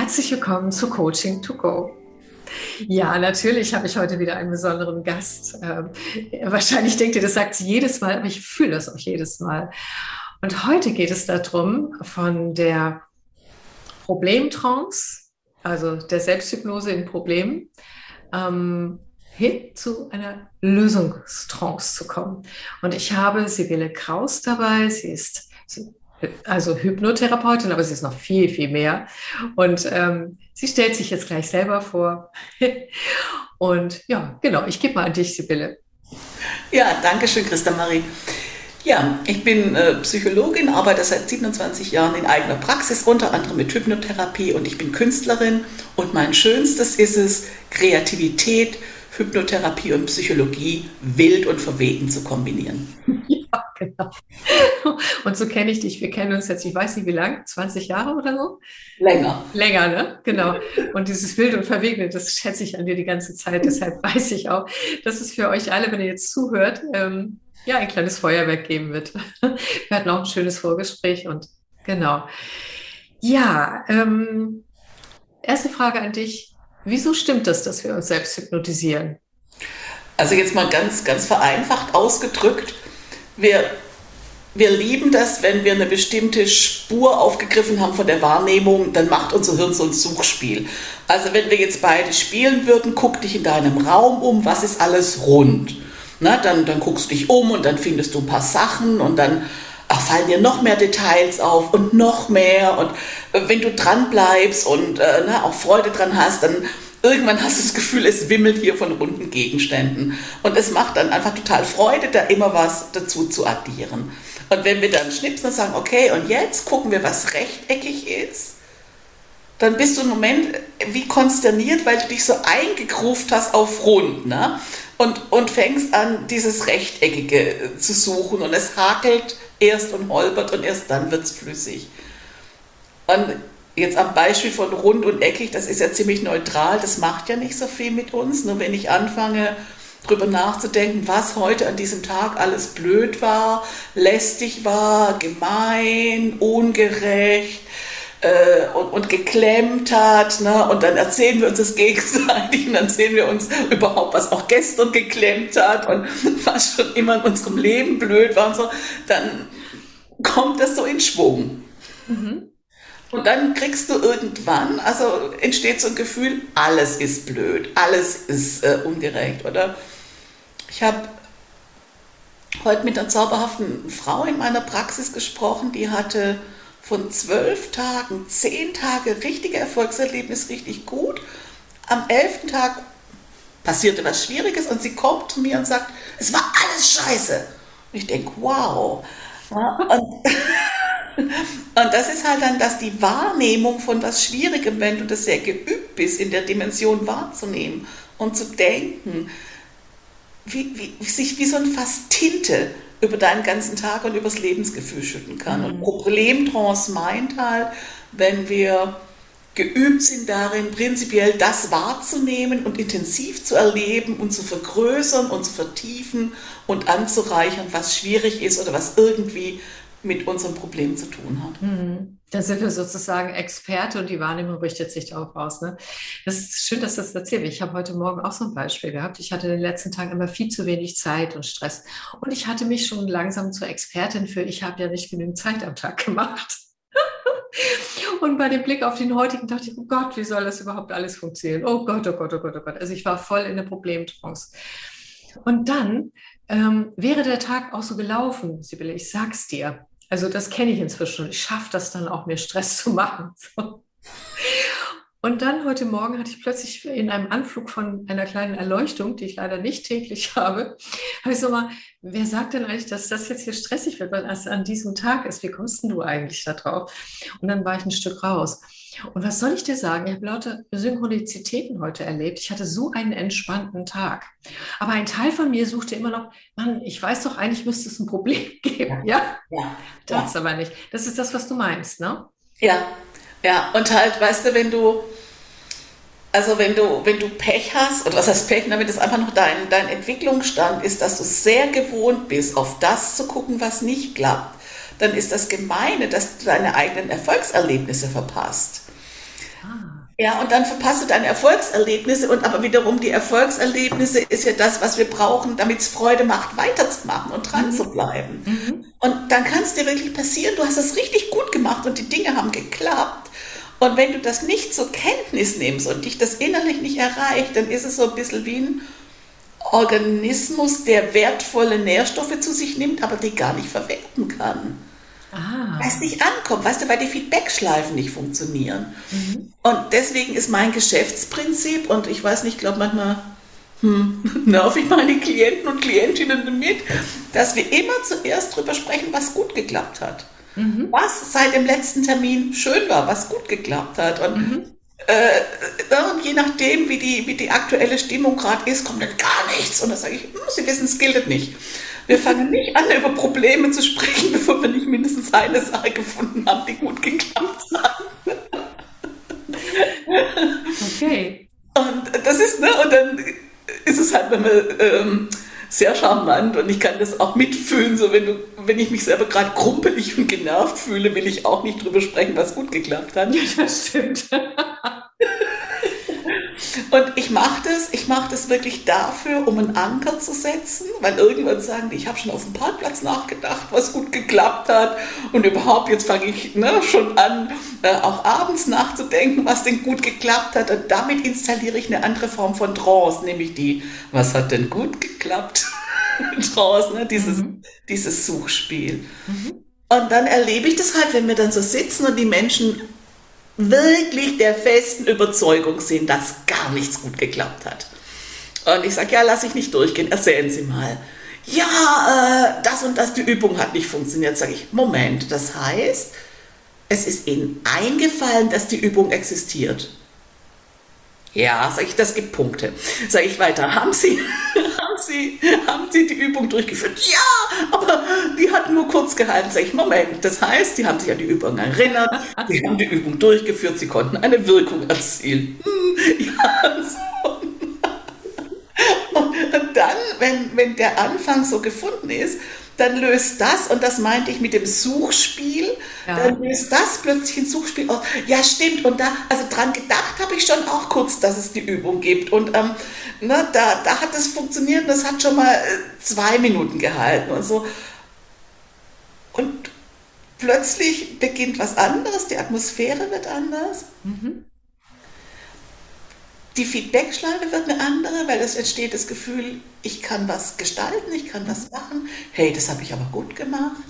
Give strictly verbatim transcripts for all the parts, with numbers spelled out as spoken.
Herzlich willkommen zu Coaching to Go. Ja, natürlich habe ich heute wieder einen besonderen Gast. Ähm, wahrscheinlich denkt ihr, das sagt sie jedes Mal, aber ich fühle das auch jedes Mal. Und heute geht es darum, von der Problemtrance, also der Selbsthypnose in Problemen, ähm, hin zu einer Lösungstrance zu kommen. Und ich habe Sibylle Kraus dabei. Sie ist also Hypnotherapeutin, aber sie ist noch viel, viel mehr. Und ähm, sie stellt sich jetzt gleich selber vor. Und ja, genau, ich gebe mal an dich, Sibylle. Ja, danke schön, Christa Marie. Ja, ich bin äh, Psychologin, arbeite seit siebenundzwanzig Jahren in eigener Praxis, unter anderem mit Hypnotherapie, und ich bin Künstlerin, und mein Schönstes ist es, Kreativität, Hypnotherapie und Psychologie wild und verwegen zu kombinieren. Ja, genau. Und so kenne ich dich. Wir kennen uns jetzt, ich weiß nicht wie lang, zwanzig Jahre oder so? Länger. Länger, ne? Genau. Und dieses Wild und Verwegene, das schätze ich an dir die ganze Zeit. Deshalb weiß ich auch, dass es für euch alle, wenn ihr jetzt zuhört, ähm, ja, ein kleines Feuerwerk geben wird. Wir hatten auch ein schönes Vorgespräch und genau. Ja, ähm, erste Frage an dich. Wieso stimmt das, dass wir uns selbst hypnotisieren? Also jetzt mal ganz, ganz vereinfacht ausgedrückt, wir, wir lieben das, wenn wir eine bestimmte Spur aufgegriffen haben von der Wahrnehmung, dann macht unser Hirn so ein Suchspiel. Also wenn wir jetzt beide spielen würden, guck dich in deinem Raum um, was ist alles rund? Na, dann, dann guckst du dich um und dann findest du ein paar Sachen und dann ach, fallen dir noch mehr Details auf und noch mehr. Und äh, wenn du dran bleibst und äh, na, auch Freude dran hast, dann irgendwann hast du das Gefühl, es wimmelt hier von runden Gegenständen. Und es macht dann einfach total Freude, da immer was dazu zu addieren. Und wenn wir dann schnipsen und sagen, okay, und jetzt gucken wir, was rechteckig ist, dann bist du im Moment wie konsterniert, weil du dich so eingegruft hast auf rund, ne? Und, und fängst an, dieses Rechteckige zu suchen. Und es hakelt erst und holpert und erst dann wird es flüssig. Und jetzt am Beispiel von rund und eckig, das ist ja ziemlich neutral, das macht ja nicht so viel mit uns. Nur wenn ich anfange, drüber nachzudenken, was heute an diesem Tag alles blöd war, lästig war, gemein, ungerecht, Äh, und, und geklemmt hat, ne? Und dann erzählen wir uns das gegenseitig und dann sehen wir uns überhaupt, was auch gestern geklemmt hat und was schon immer in unserem Leben blöd war und so, dann kommt das so in Schwung. Mhm. Und dann kriegst du irgendwann, also entsteht so ein Gefühl, alles ist blöd, alles ist äh, ungerecht, oder? Ich habe heute mit einer zauberhaften Frau in meiner Praxis gesprochen, die hatte von zwölf Tagen, zehn Tage richtige Erfolgserlebnis, richtig gut. Am elften Tag passierte was Schwieriges und sie kommt zu mir und sagt, es war alles scheiße. Und ich denke, wow. Ja, und, und das ist halt dann, dass die Wahrnehmung von was Schwierigem, wenn du das sehr geübt bist, in der Dimension wahrzunehmen und zu denken, wie, wie, sich wie so ein Fass Tinte über deinen ganzen Tag und übers Lebensgefühl schütten kann. Mhm. Und Problemtrance meint halt, wenn wir geübt sind darin, prinzipiell das wahrzunehmen und intensiv zu erleben und zu vergrößern und zu vertiefen und anzureichern, was schwierig ist oder was irgendwie mit unserem Problem zu tun hat. Mhm. Dann sind wir sozusagen Experte und die Wahrnehmung richtet sich darauf aus. Ne? Das ist schön, dass du das erzählst. Ich habe heute Morgen auch so ein Beispiel gehabt. Ich hatte in den letzten Tagen immer viel zu wenig Zeit und Stress. Und ich hatte mich schon langsam zur Expertin für, ich habe ja nicht genügend Zeit am Tag gemacht. Und bei dem Blick auf den heutigen dachte ich, oh Gott, wie soll das überhaupt alles funktionieren? Oh Gott, oh Gott, oh Gott, oh Gott. Also ich war voll in der Problemtrance. Und dann ähm, wäre der Tag auch so gelaufen, Sibylle, ich sag's dir. Also das kenne ich inzwischen und ich schaffe das dann auch, mir Stress zu machen. So. Und dann heute Morgen hatte ich plötzlich in einem Anflug von einer kleinen Erleuchtung, die ich leider nicht täglich habe, habe ich so mal, wer sagt denn eigentlich, dass das jetzt hier stressig wird, weil es an diesem Tag ist? Wie kommst denn du eigentlich da drauf? Und dann war ich ein Stück raus. Und was soll ich dir sagen? Ich habe lauter Synchronizitäten heute erlebt. Ich hatte so einen entspannten Tag. Aber ein Teil von mir suchte immer noch, Mann, ich weiß doch, eigentlich müsste es ein Problem geben. Ja, Ja, tat es ja, aber nicht. Das ist das, was du meinst, ne? ja, ja. Und halt, weißt du, wenn du, also wenn du, wenn du Pech hast, oder was heißt Pech, damit es einfach noch dein, dein Entwicklungsstand ist, dass du sehr gewohnt bist, auf das zu gucken, was nicht klappt, dann ist das Gemeine, dass du deine eigenen Erfolgserlebnisse verpasst. Ah. Ja, und dann verpasst du deine Erfolgserlebnisse und aber wiederum die Erfolgserlebnisse ist ja das, was wir brauchen, damit es Freude macht, weiterzumachen und dran zu Mhm. bleiben. Mhm. Und dann kann es dir wirklich passieren, du hast es richtig gut gemacht und die Dinge haben geklappt. Und wenn du das nicht zur Kenntnis nimmst und dich das innerlich nicht erreicht, dann ist es so ein bisschen wie ein Organismus, der wertvolle Nährstoffe zu sich nimmt, aber die gar nicht verwerten kann. Weil es Ah. nicht ankommt, weißt du, weil die Feedbackschleifen nicht funktionieren. Mhm. Und deswegen ist mein Geschäftsprinzip, und ich weiß nicht, ich glaube manchmal hm, nerv ich meine Klienten und Klientinnen damit, dass wir immer zuerst drüber sprechen, was gut geklappt hat. Mhm. Was seit dem letzten Termin schön war, was gut geklappt hat. Und, Mhm. äh, und je nachdem, wie die, wie die aktuelle Stimmung gerade ist, kommt dann gar nichts. Und dann sage ich, hm, Sie wissen, es gilt nicht. Wir fangen nicht an, über Probleme zu sprechen, bevor wir nicht mindestens eine Sache gefunden haben, die gut geklappt hat. Okay. Und das ist, ne, und dann ist es halt, wenn man ähm, sehr charmant und ich kann das auch mitfühlen, so wenn du, wenn ich mich selber gerade krumpelig und genervt fühle, will ich auch nicht drüber sprechen, was gut geklappt hat. Ja, das stimmt. Und ich mache das, ich mache das wirklich dafür, um einen Anker zu setzen, weil irgendwann sagen die, ich habe schon auf dem Parkplatz nachgedacht, was gut geklappt hat und überhaupt, jetzt fange ich ne, schon an, äh, auch abends nachzudenken, was denn gut geklappt hat und damit installiere ich eine andere Form von Trance, nämlich die, was hat denn gut geklappt? Trance, ne, dieses, Mhm. dieses Suchspiel. Mhm. Und dann erlebe ich das halt, wenn wir dann so sitzen und die Menschen wirklich der festen Überzeugung sind, dass gar nichts gut geklappt hat. Und ich sage, ja, lass ich nicht durchgehen, erzählen Sie mal. Ja, äh, das und das, die Übung hat nicht funktioniert. Sage ich, Moment, das heißt, es ist Ihnen eingefallen, dass die Übung existiert. Ja, sage ich, das gibt Punkte. Sage ich weiter, haben Sie, haben Sie, haben Sie die Übung durchgeführt? Ja, aber die hat nur kurz gehalten. Sage ich, Moment, das heißt, Sie haben sich an die Übung erinnert, Sie haben die Übung durchgeführt, Sie konnten eine Wirkung erzielen. Hm, ja, so. Und dann, wenn, wenn der Anfang so gefunden ist, dann löst das, und das meinte ich mit dem Suchspiel, dann Ja. löst das plötzlich ein Suchspiel aus. Ja, stimmt, und da, also dran gedacht habe ich schon auch kurz, dass es die Übung gibt. Und ähm, ne, da, da hat es funktioniert und das hat schon mal äh, zwei Minuten gehalten und so. Und plötzlich beginnt was anderes, die Atmosphäre wird anders. Mhm. Die Feedbackschleife wird eine andere, weil es entsteht das Gefühl, ich kann was gestalten, ich kann was machen. Hey, das habe ich aber gut gemacht.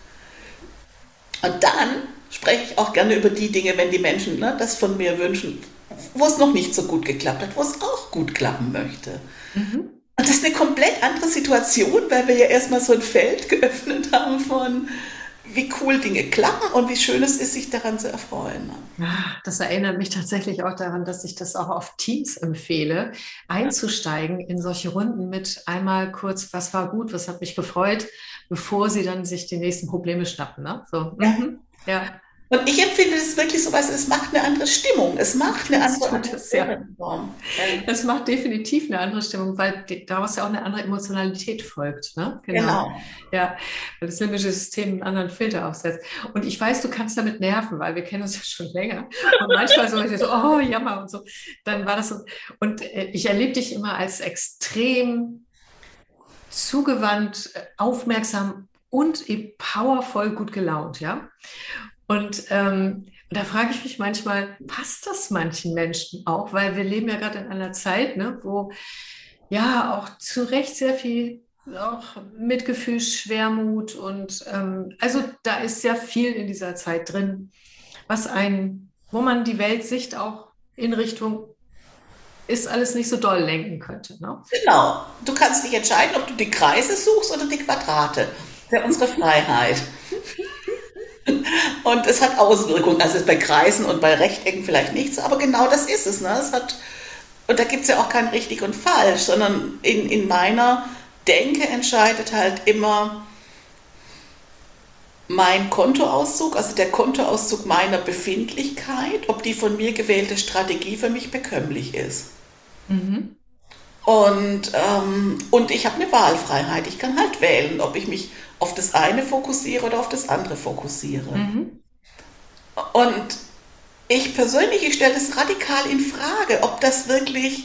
Und dann spreche ich auch gerne über die Dinge, wenn die Menschen ne, das von mir wünschen, wo es noch nicht so gut geklappt hat, wo es auch gut klappen möchte. Mhm. Und das ist eine komplett andere Situation, weil wir ja erstmal so ein Feld geöffnet haben von, wie cool Dinge klappen und wie schön es ist, sich daran zu erfreuen. Ah, das erinnert mich tatsächlich auch daran, dass ich das auch auf Teams empfehle, einzusteigen in solche Runden mit einmal kurz, was war gut, was hat mich gefreut, bevor sie dann sich die nächsten Probleme schnappen. Ne? So, Ja. mhm. Ja, Und ich empfinde es wirklich so, was, es macht eine andere Stimmung, es macht eine das andere tut es ja. Atmosphäre im Raum. Ja, Das macht definitiv eine andere Stimmung, weil die- daraus ja auch eine andere Emotionalität folgt. Ne? Genau. genau. Ja, weil das limbische System einen anderen Filter aufsetzt. Und ich weiß, du kannst damit nerven, weil wir kennen uns ja schon länger. Und manchmal so, ich so, oh, Jammer und so. Dann war das so. Und äh, ich erlebe dich immer als extrem zugewandt, äh, aufmerksam und eben powervoll gut gelaunt, ja. Und ähm, da frage ich mich manchmal, passt das manchen Menschen auch? Weil wir leben ja gerade in einer Zeit, ne, wo ja auch zu Recht sehr viel auch Mitgefühl, Schwermut und ähm, also da ist sehr viel in dieser Zeit drin, was ein, wo man die Weltsicht auch in Richtung ist alles nicht so doll lenken könnte, ne? Genau. Du kannst dich entscheiden, ob du die Kreise suchst oder die Quadrate. Das ist ja unsere Freiheit. Und es hat Auswirkungen. Also bei Kreisen und bei Rechtecken vielleicht nichts, aber genau das ist es. Ne? Es hat, und da gibt es ja auch kein richtig und falsch, sondern in, in meiner Denke entscheidet halt immer mein Kontoauszug, also der Kontoauszug meiner Befindlichkeit, ob die von mir gewählte Strategie für mich bekömmlich ist. Mhm. Und, ähm, und ich habe eine Wahlfreiheit. Ich kann halt wählen, ob ich mich auf das eine fokussiere oder auf das andere fokussiere. Mhm. Und ich persönlich, ich stelle das radikal in Frage, ob das wirklich,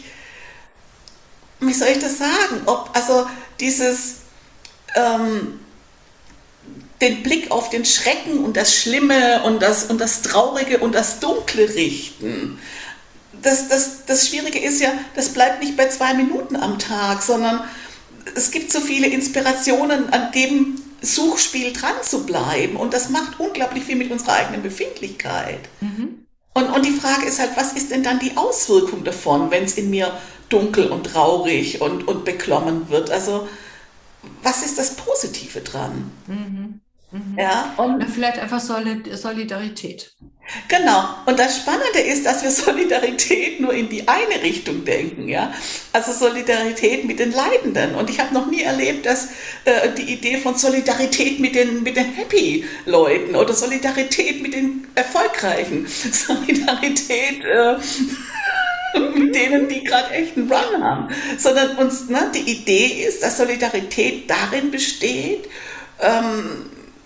wie soll ich das sagen, ob also dieses, ähm, den Blick auf den Schrecken und das Schlimme und das, und das Traurige und das Dunkle richten. Das, das, das Schwierige ist ja, das bleibt nicht bei zwei Minuten am Tag, sondern es gibt so viele Inspirationen, an dem Suchspiel dran zu bleiben. Und das macht unglaublich viel mit unserer eigenen Befindlichkeit. Mhm. Und, und die Frage ist halt, was ist denn dann die Auswirkung davon, wenn es in mir dunkel und traurig und, und beklommen wird? Also, was ist das Positive dran? Mhm. Mhm. Ja, und Na, vielleicht einfach Solid Solidarität. genau. Und das Spannende ist, dass wir Solidarität nur in die eine Richtung denken, ja. Also Solidarität mit den Leidenden. Und ich habe noch nie erlebt, dass äh, die Idee von Solidarität mit den, mit den Happy-Leuten oder Solidarität mit den Erfolgreichen, Solidarität äh, mit denen, die gerade echt einen Run haben, sondern uns, ne, die Idee ist, dass Solidarität darin besteht, ähm,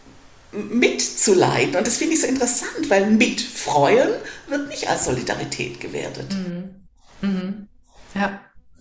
mitzuleiden. Und das finde ich so interessant, weil mitfreuen wird nicht als Solidarität gewertet. Mhm. Mhm. Ja.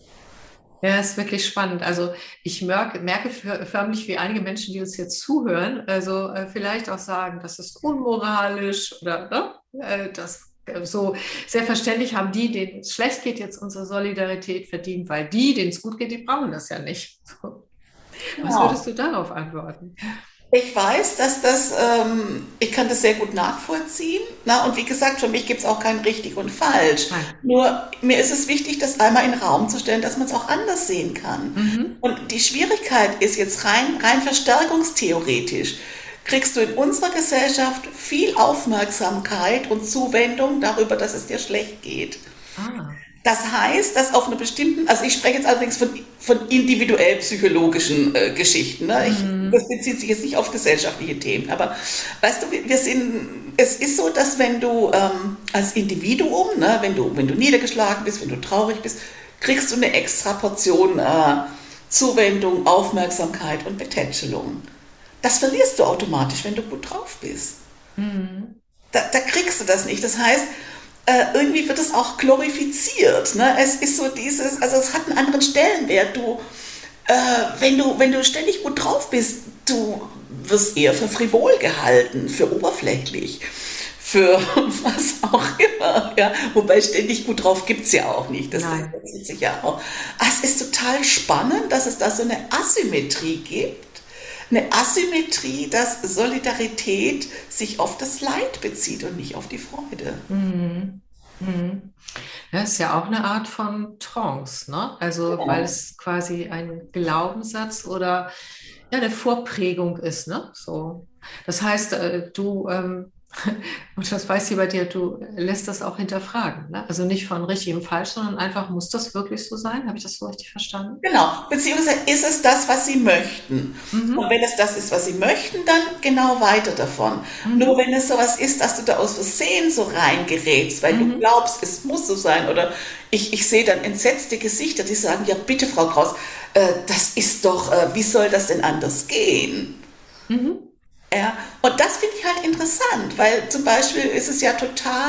Ja, ist wirklich spannend. Also ich merke, merke för- förmlich, wie einige Menschen, die uns jetzt zuhören, also äh, vielleicht auch sagen, das ist unmoralisch oder ne? Äh, das äh, so selbstverständlich haben die, denen es schlecht geht, jetzt unsere Solidarität verdient, weil die, denen es gut geht, die brauchen das ja nicht. So. Was würdest Genau. du darauf antworten? Ich weiß, dass das, ähm, ich kann das sehr gut nachvollziehen. Na, und wie gesagt, für mich gibt es auch kein richtig und falsch. Nein. Nur mir ist es wichtig, das einmal in den Raum zu stellen, dass man es auch anders sehen kann. Mhm. Und die Schwierigkeit ist jetzt rein, rein verstärkungstheoretisch. Kriegst du in unserer Gesellschaft viel Aufmerksamkeit und Zuwendung darüber, dass es dir schlecht geht. Ah. Das heißt, dass auf einer bestimmten, also ich spreche jetzt allerdings von, von individuell psychologischen äh, Geschichten, ne? Ich, das bezieht sich jetzt nicht auf gesellschaftliche Themen, aber weißt du, wir wir sind, es ist so, dass wenn du ähm, als Individuum, ne, wenn du, wenn du niedergeschlagen bist, wenn du traurig bist, kriegst du eine extra Portion äh, Zuwendung, Aufmerksamkeit und Betätschelung. Das verlierst du automatisch, wenn du gut drauf bist. Mhm. Da, da kriegst du das nicht. Das heißt, äh, irgendwie wird es auch glorifiziert. Ne? Es ist so dieses, also es hat einen anderen Stellenwert. Du, äh, wenn du, wenn du ständig gut drauf bist, du wirst eher für frivol gehalten, für oberflächlich, für was auch immer. Ja? Wobei ständig gut drauf gibt es ja auch nicht. Das, Nein. das sieht sich ja auch. Ah, es ist total spannend, dass es da so eine Asymmetrie gibt. Eine Asymmetrie, dass Solidarität sich auf das Leid bezieht und nicht auf die Freude. Mhm. Mhm. Das ist ja auch eine Art von Trance, ne? Also, weil Genau. es quasi ein Glaubenssatz oder ja, eine Vorprägung ist, ne? So. Das heißt, äh, du, ähm, und das weiß ich bei dir, du lässt das auch hinterfragen, ne? Also nicht von richtig und falsch, sondern einfach, muss das wirklich so sein? Habe ich das so richtig verstanden? Genau, beziehungsweise ist es das, was Sie möchten. Und Mhm. wenn es das ist, was Sie möchten, dann genau weiter davon. Nur Mhm. wenn es sowas ist, dass du da aus Versehen so reingerätst, weil du Mhm. glaubst, es muss so sein, oder ich, ich sehe dann entsetzte Gesichter, die sagen, ja bitte, Frau Kraus, äh, das ist doch, äh, wie soll das denn anders gehen? Mhm. Ja, und das finde ich halt interessant, weil zum Beispiel ist es ja total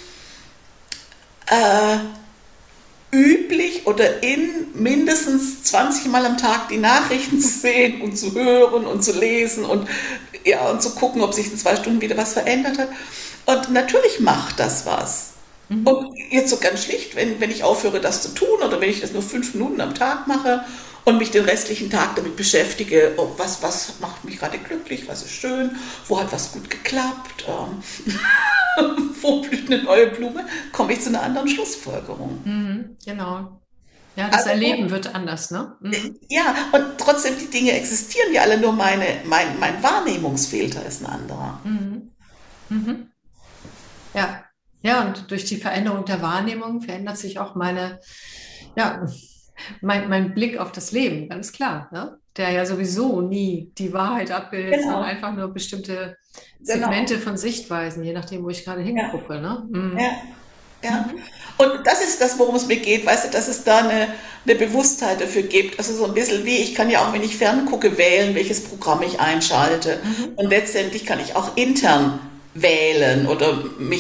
äh, üblich oder in mindestens zwanzig Mal am Tag die Nachrichten zu sehen und zu hören und zu lesen und, ja, und zu gucken, ob sich in zwei Stunden wieder was verändert hat. Und natürlich macht das was. Mhm. Und jetzt so ganz schlicht, wenn, wenn ich aufhöre, das zu tun oder wenn ich das nur fünf Minuten am Tag mache und mich den restlichen Tag damit beschäftige, oh, was, was macht mich gerade glücklich, was ist schön, wo hat was gut geklappt, ähm, wo blüht eine neue Blume, komme ich zu einer anderen Schlussfolgerung. Mhm. Genau. Ja, das Also, Erleben wird anders, ne? Mhm. ja, und trotzdem, die Dinge existieren ja alle, nur meine, mein, mein Wahrnehmungsfilter ist ein anderer. Mhm. Mhm. Ja. Ja, und durch die Veränderung der Wahrnehmung verändert sich auch meine, ja, mein, mein Blick auf das Leben, ganz klar, ne? Der ja sowieso nie die Wahrheit abbildet, sondern Genau, einfach nur bestimmte genau. Segmente von Sichtweisen, je nachdem, wo ich gerade Ja, hingucke, ne? ja. Mhm. Ja, Mhm. und das ist das, worum es mir geht, weißt du, dass es da eine, eine Bewusstheit dafür gibt. Also so ein bisschen wie, ich kann ja auch, wenn ich ferngucke, wählen, welches Programm ich einschalte. Mhm. Und letztendlich kann ich auch intern wählen oder mich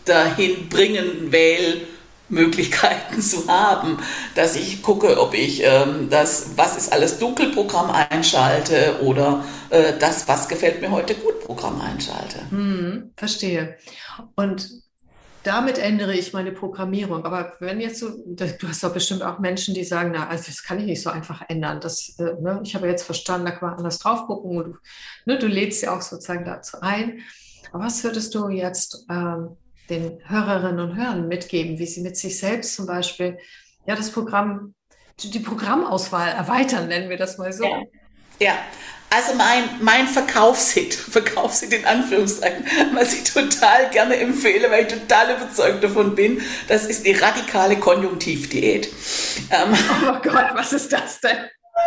dahin bringen, Wählmöglichkeiten zu haben, dass ich gucke, ob ich ähm, das Was ist alles Dunkelprogramm einschalte oder äh, das Was gefällt mir heute gut Programm einschalte. Hm, verstehe. Und damit ändere ich meine Programmierung. Aber wenn jetzt so, du hast doch bestimmt auch Menschen, die sagen, na, also das kann ich nicht so einfach ändern. Das, äh, ne, ich habe jetzt verstanden, da kann man anders drauf gucken. Und du, ne, du lädst ja auch sozusagen dazu ein. Aber was würdest du jetzt ähm, den Hörerinnen und Hörern mitgeben, wie sie mit sich selbst zum Beispiel ja das Programm, die Programmauswahl erweitern, nennen wir das mal so? Ja. Ja, also mein, mein Verkaufshit, Verkaufshit in Anführungszeichen, was ich total gerne empfehle, weil ich total überzeugt davon bin, das ist die radikale Konjunktivdiät. Ähm, Oh Gott, was ist das denn?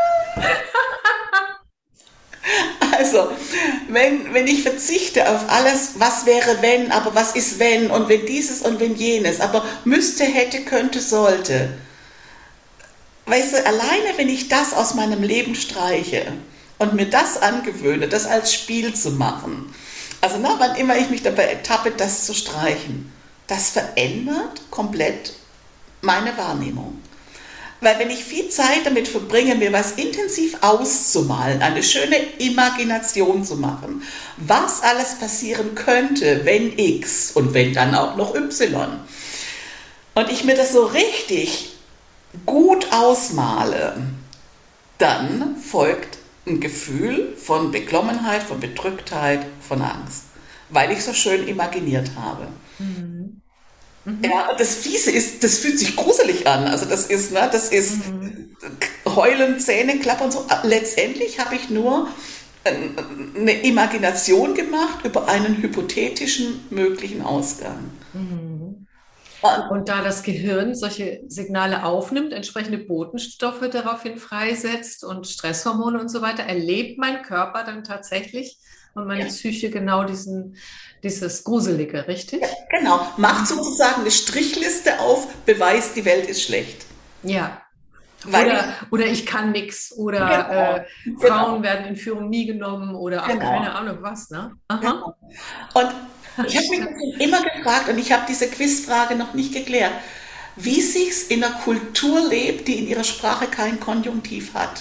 Also, wenn, wenn ich verzichte auf alles, was wäre wenn, aber was ist wenn und wenn dieses und wenn jenes, aber müsste, hätte, könnte, sollte. Weißt du, alleine wenn ich das aus meinem Leben streiche und mir das angewöhne, das als Spiel zu machen, also na, wann immer ich mich dabei ertappe, das zu streichen, das verändert komplett meine Wahrnehmung. Weil wenn ich viel Zeit damit verbringe, mir was intensiv auszumalen, eine schöne Imagination zu machen, was alles passieren könnte, wenn X und wenn dann auch noch Y, und ich mir das so richtig gut ausmale, dann folgt ein Gefühl von Beklommenheit, von Bedrücktheit, von Angst, weil ich so schön imaginiert habe. Mhm. Ja, das Fiese ist, das fühlt sich gruselig an. Also das ist, ne, das ist Mhm. heulen, Zähne klappern so. Letztendlich habe ich nur eine Imagination gemacht über einen hypothetischen möglichen Ausgang. Mhm. Und da das Gehirn solche Signale aufnimmt, entsprechende Botenstoffe daraufhin freisetzt und Stresshormone und so weiter, erlebt mein Körper dann tatsächlich und meine Ja, Psyche genau diesen, dieses Gruselige, richtig? genau. Macht sozusagen eine Strichliste auf, beweist, die Welt ist schlecht. Ja. Weil ich, Oder, oder ich kann nichts oder genau, äh, Frauen genau, werden in Führung nie genommen oder ach, keine genau, Ahnung was, ne? Aha, genau. Und ich habe mich stimmt. immer gefragt, und ich habe diese Quizfrage noch nicht geklärt, wie sich's in einer Kultur lebt, die in ihrer Sprache kein Konjunktiv hat.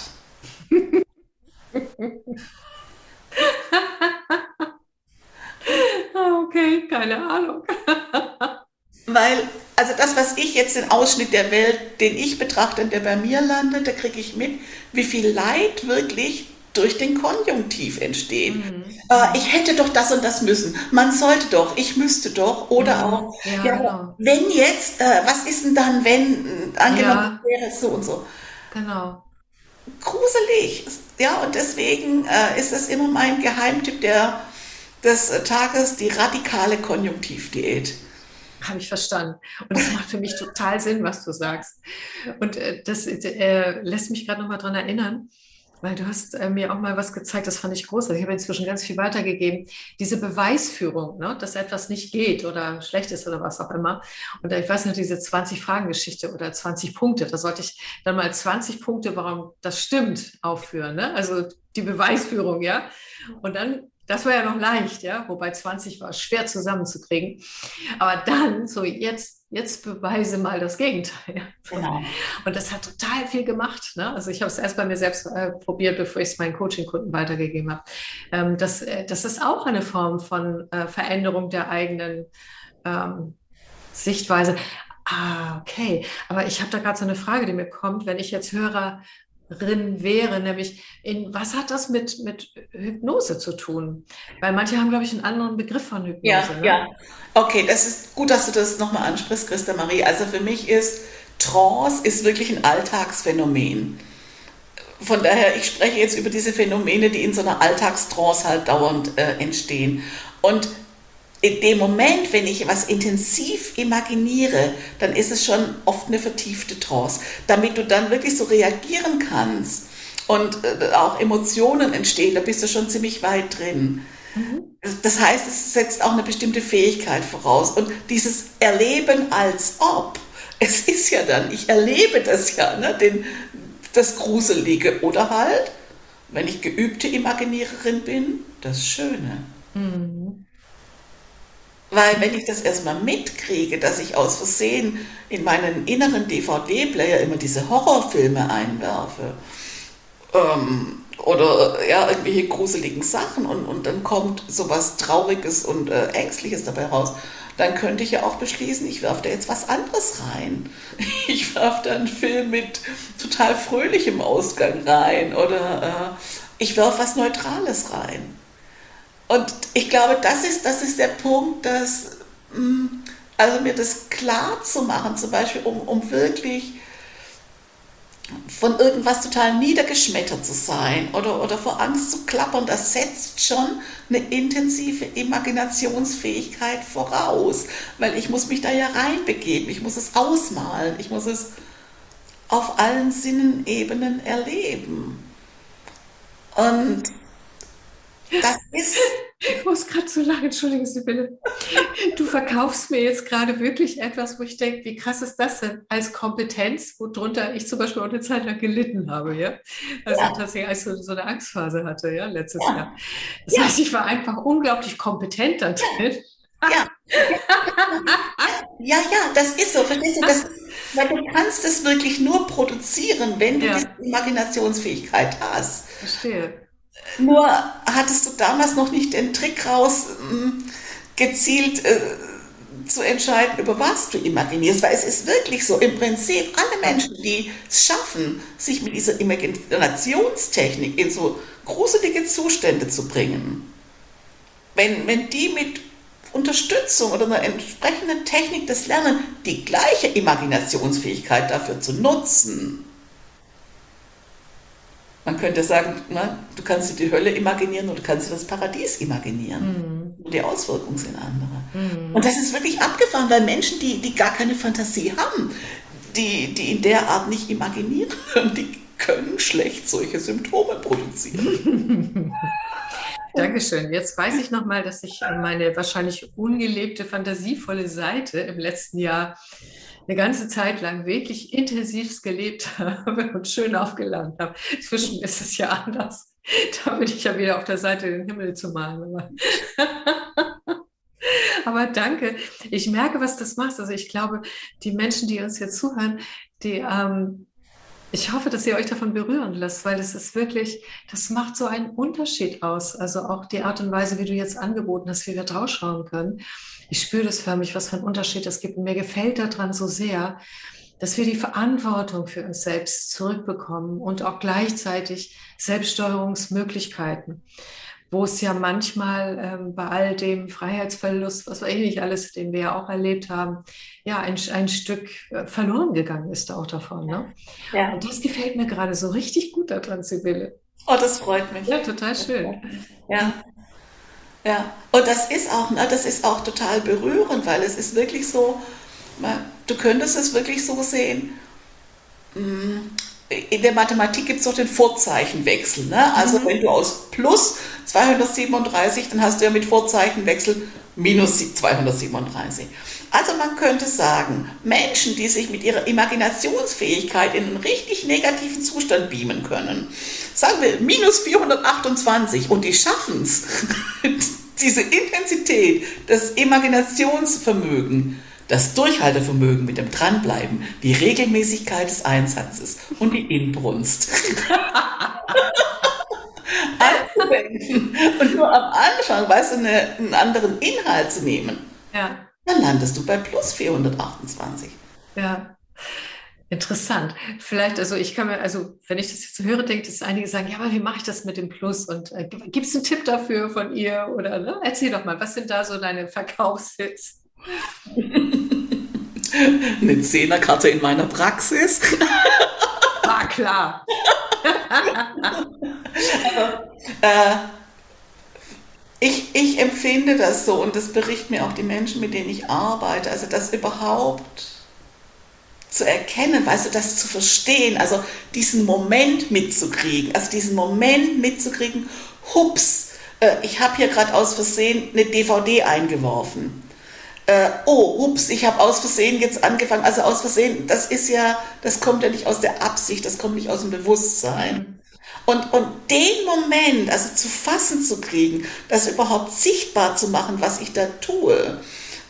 Ah, okay, keine Ahnung. Weil, also das, was ich jetzt, den Ausschnitt der Welt, den ich betrachte und der bei mir landet, da kriege ich mit, wie viel Leid wirklich durch den Konjunktiv entsteht. Mhm. Äh, ich Mhm. hätte doch das und das müssen. Man sollte doch, ich müsste doch. Oder auch, Mhm. Ja, ja, genau. wenn jetzt, äh, was ist denn dann, wenn, äh, angenommen, Ja, es wäre es so und so. genau. Gruselig. Ja, und deswegen äh, ist es immer mein Geheimtipp der, des äh, Tages, die radikale Konjunktivdiät. Habe ich verstanden. Und es macht für mich total Sinn, was du sagst. Und äh, das äh, lässt mich gerade noch mal dran erinnern, weil du hast äh, mir auch mal was gezeigt, das fand ich großartig. Ich habe inzwischen ganz viel weitergegeben. Diese Beweisführung, ne, dass etwas nicht geht oder schlecht ist oder was auch immer. Und ich weiß noch, diese zwanzig-Fragen-Geschichte oder zwanzig Punkte, da sollte ich dann mal zwanzig Punkte, warum das stimmt, aufführen. Ne? Also die Beweisführung, ja. Und dann, das war ja noch leicht, ja, wobei zwanzig war schwer zusammenzukriegen. Aber dann, so jetzt, jetzt beweise mal das Gegenteil. Genau. Und das hat total viel gemacht. Ne? Also ich habe es erst bei mir selbst äh, probiert, bevor ich es meinen Coaching-Kunden weitergegeben habe. Ähm, das, äh, das ist auch eine Form von äh, Veränderung der eigenen ähm, Sichtweise. Ah, okay. Aber ich habe da gerade so eine Frage, die mir kommt, wenn ich jetzt Hörerin wäre, nämlich in was hat das mit, mit Hypnose zu tun? Weil manche haben, glaube ich, einen anderen Begriff von Ja, Hypnose, ne? ja. Okay, das ist gut, dass du das nochmal ansprichst, Christa Marie. Also für mich ist Trance ist wirklich ein Alltagsphänomen. Von daher, ich spreche jetzt über diese Phänomene, die in so einer Alltagstrance halt dauernd äh, entstehen. Und in dem Moment, wenn ich was intensiv imaginiere, dann ist es schon oft eine vertiefte Trance. Damit du dann wirklich so reagieren kannst und äh, auch Emotionen entstehen, da bist du schon ziemlich weit drin. Mhm. Das heißt, es setzt auch eine bestimmte Fähigkeit voraus. Und dieses Erleben als ob, es ist ja dann, ich erlebe das ja, ne, den, das Gruselige. Oder halt, wenn ich geübte Imaginiererin bin, das Schöne. Mhm. Weil wenn ich das erstmal mitkriege, dass ich aus Versehen in meinen inneren D V D-Player immer diese Horrorfilme einwerfe, ähm, oder ja, irgendwelche gruseligen Sachen und, und dann kommt sowas Trauriges und äh, Ängstliches dabei raus, dann könnte ich ja auch beschließen, ich werfe da jetzt was anderes rein. Ich werfe da einen Film mit total fröhlichem Ausgang rein oder äh, ich werfe was Neutrales rein. Und ich glaube, das ist, das ist der Punkt, dass, mh, also mir das klar zu machen, zum Beispiel, um, um wirklich von irgendwas total niedergeschmettert zu sein oder, oder vor Angst zu klappern, das setzt schon eine intensive Imaginationsfähigkeit voraus, weil ich muss mich da ja reinbegeben, ich muss es ausmalen, ich muss es auf allen Sinnenebenen erleben. Und das ist... Ich muss gerade so lachen, entschuldigen Sie bitte. Du verkaufst mir jetzt gerade wirklich etwas, wo ich denke, wie krass ist das denn als Kompetenz, worunter ich zum Beispiel auch eine Zeit lang gelitten habe, ja? Also Ja, tatsächlich, als ich so, so eine Angstphase hatte, ja, letztes ja, Jahr. Das ja, heißt, ich war einfach unglaublich kompetent da drin. ja, ja, ja, das ist so, verstehst du, das, weil du kannst es wirklich nur produzieren, wenn du diese Ja, Imaginationsfähigkeit hast. verstehe. Nur hattest du damals noch nicht den Trick raus, ähm, gezielt äh, zu entscheiden, über was du imaginierst, weil es ist wirklich so, im Prinzip alle Menschen, die es schaffen, sich mit dieser Imaginationstechnik in so gruselige Zustände zu bringen, wenn, wenn die mit Unterstützung oder einer entsprechenden Technik des Lernens die gleiche Imaginationsfähigkeit dafür zu nutzen. Man könnte sagen, ne, du kannst dir die Hölle imaginieren oder du kannst dir das Paradies imaginieren. Hm, Und die Auswirkungen sind andere. Und hm. das ist wirklich abgefahren, weil Menschen, die, die gar keine Fantasie haben, die, die in der Art nicht imaginieren können, die können schlecht solche Symptome produzieren. Dankeschön. Jetzt weiß ich nochmal, dass ich meine wahrscheinlich ungelebte, fantasievolle Seite im letzten Jahr eine ganze Zeit lang wirklich intensivst gelebt habe und schön aufgeladen habe. Inzwischen ist es ja anders. Da bin ich ja wieder auf der Seite, den Himmel zu malen. Aber, aber danke. Ich merke, was das macht. Also ich glaube, die Menschen, die uns jetzt zuhören, die, ähm, ich hoffe, dass ihr euch davon berühren lasst, weil das ist wirklich, das macht so einen Unterschied aus. Also auch die Art und Weise, wie du jetzt angeboten hast, wie wir draufschauen können. Ich spüre das für mich, was für einen Unterschied es gibt. Und mir gefällt daran so sehr, dass wir die Verantwortung für uns selbst zurückbekommen und auch gleichzeitig Selbststeuerungsmöglichkeiten, wo es ja manchmal ähm, bei all dem Freiheitsverlust, was weiß ich nicht alles, den wir ja auch erlebt haben, ja, ein, ein Stück äh, verloren gegangen ist auch davon, ne? Ja. Und das gefällt mir gerade so richtig gut daran, Sibylle. Oh, das freut mich. Ja, total Das schön. freut mich. Ja, ja. Und das ist auch, ne, das ist auch total berührend, weil es ist wirklich so, ne, du könntest es wirklich so sehen. In der Mathematik gibt es doch den Vorzeichenwechsel. Ne? Also wenn Mhm. du aus plus zweihundertsiebenunddreißig, dann hast du ja mit Vorzeichenwechsel minus zweihundertsiebenunddreißig. Also man könnte sagen, Menschen, die sich mit ihrer Imaginationsfähigkeit in einen richtig negativen Zustand beamen können, sagen wir minus vierhundertachtundzwanzig und die schaffen es, diese Intensität, das Imaginationsvermögen, das Durchhaltevermögen mit dem Dranbleiben, die Regelmäßigkeit des Einsatzes und die Inbrunst anzuwenden und nur am Anfang, weißt du, eine, einen anderen Inhalt zu nehmen, Ja, dann landest du bei plus vierhundertachtundzwanzig. ja. Interessant. Vielleicht, also ich kann mir, also wenn ich das jetzt so höre, denke, dass einige sagen, ja, aber wie mache ich das mit dem Plus? Und äh, gibt es einen Tipp dafür von ihr? Oder ne? Erzähl doch mal, was sind da so deine Verkaufstipps? Eine Zehnerkarte in meiner Praxis. Ah, klar. äh, ich, ich empfinde das so und das berichten mir auch die Menschen, mit denen ich arbeite, also das überhaupt zu erkennen, weißt du, das zu verstehen, also diesen Moment mitzukriegen, also diesen Moment mitzukriegen, hups, äh, ich habe hier gerade aus Versehen eine D V D eingeworfen. Äh, oh, hups, ich habe aus Versehen jetzt angefangen, also aus Versehen, das ist ja, das kommt ja nicht aus der Absicht, das kommt nicht aus dem Bewusstsein. Mhm. Und, und den Moment, also zu fassen zu kriegen, das überhaupt sichtbar zu machen, was ich da tue,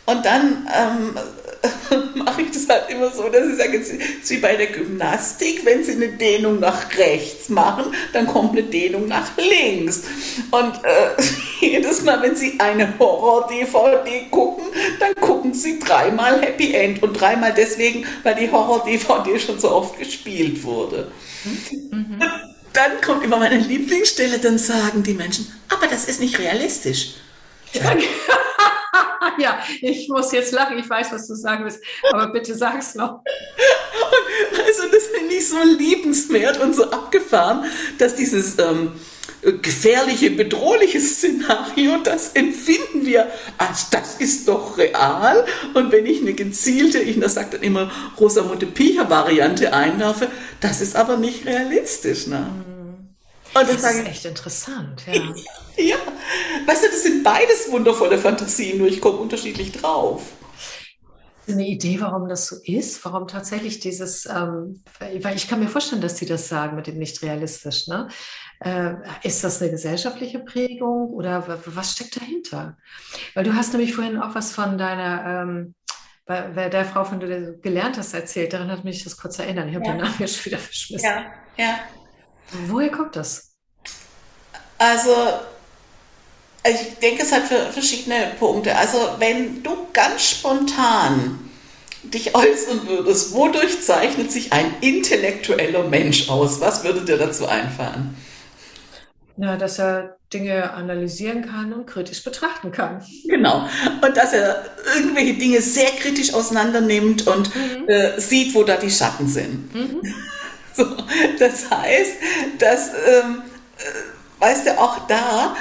Und dann ähm, mache ich das halt immer so, dass ich sage, es ist wie bei der Gymnastik, wenn sie eine Dehnung nach rechts machen, dann kommt eine Dehnung nach links. Und äh, jedes Mal, wenn sie eine Horror-D V D gucken, dann gucken sie dreimal Happy End. Und dreimal deswegen, weil die Horror-D V D schon so oft gespielt wurde. Mhm. Dann kommt immer meine Lieblingsstelle, dann sagen die Menschen, aber das ist nicht realistisch. Ja, ja, ich muss jetzt lachen, ich weiß, was du sagen willst, aber bitte sag's noch. Also das finde ich so liebenswert und so abgefahren, dass dieses ähm, gefährliche, bedrohliche Szenario, das empfinden wir als das ist doch real. Und wenn ich eine gezielte, ich das sagt dann immer Rosamunde Pilcher-Variante einwerfe, das ist aber nicht realistisch. Ne? Und das ist echt interessant, ja. Ja, weißt du, das sind beides wundervolle Fantasien, nur ich komme unterschiedlich drauf. Eine Idee, warum das so ist, warum tatsächlich dieses, ähm, weil ich kann mir vorstellen, dass Sie das sagen mit dem nicht realistisch, ne? Äh, ist das eine gesellschaftliche Prägung oder w- was steckt dahinter? Weil du hast nämlich vorhin auch was von deiner, ähm, bei, bei der Frau, von der du gelernt hast, erzählt. Daran hat mich das kurz erinnert. Ich habe den Ja, Namen jetzt schon wieder verschmissen. ja, ja. Woher kommt das? Also ich denke, es hat für verschiedene Punkte. Also wenn du ganz spontan dich äußern würdest, wodurch zeichnet sich ein intellektueller Mensch aus? Was würde dir dazu einfallen? Na, dass er Dinge analysieren kann und kritisch betrachten kann. Genau. Und dass er irgendwelche Dinge sehr kritisch auseinander nimmt und Mhm. äh, sieht, wo da die Schatten sind. Mhm. So, das heißt, dass, ähm, äh, weißt du, auch da,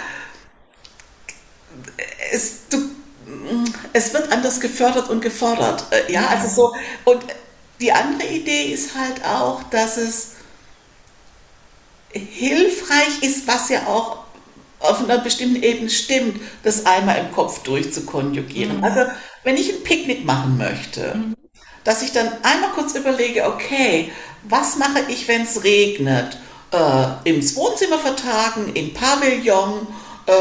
es, du, es wird anders gefördert und gefordert. Äh, Ja, also Mhm. so, und die andere Idee ist halt auch, dass es hilfreich ist, was ja auch auf einer bestimmten Ebene stimmt, das einmal im Kopf durchzukonjugieren. Also, Mhm. wenn ich ein Picknick machen möchte, Mhm. dass ich dann einmal kurz überlege, okay, was mache ich, wenn es regnet? Äh, ins Wohnzimmer vertagen, im Pavillon äh,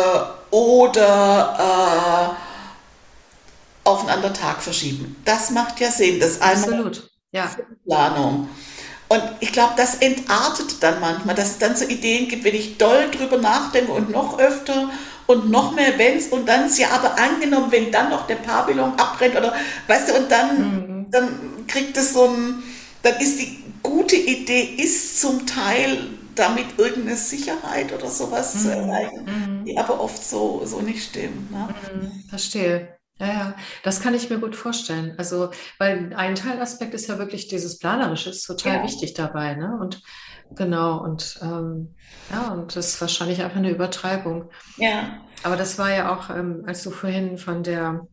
oder äh, auf einen anderen Tag verschieben. Das macht ja Sinn, das einmal Absolut. Ja. Planung. Und ich glaube, das entartet dann manchmal, dass es dann so Ideen gibt, wenn ich doll drüber nachdenke und noch öfter und noch mehr Wenns und dann ist ja aber angenommen, wenn dann noch der Pavillon abbrennt oder weißt du, und dann, Mhm. dann kriegt es so ein, dann ist die gute Idee, ist zum Teil damit irgendeine Sicherheit oder sowas zu Mhm. erreichen, die Mhm. aber oft so, so nicht stimmt. Ne? Mhm. Verstehe. Ja, ja, das kann ich mir gut vorstellen. Also, weil ein Teilaspekt ist ja wirklich dieses Planerische, ist total Ja, wichtig dabei, ne? Und genau, und ähm, ja, und das ist wahrscheinlich einfach eine Übertreibung. ja. Aber das war ja auch, ähm, als du vorhin von der,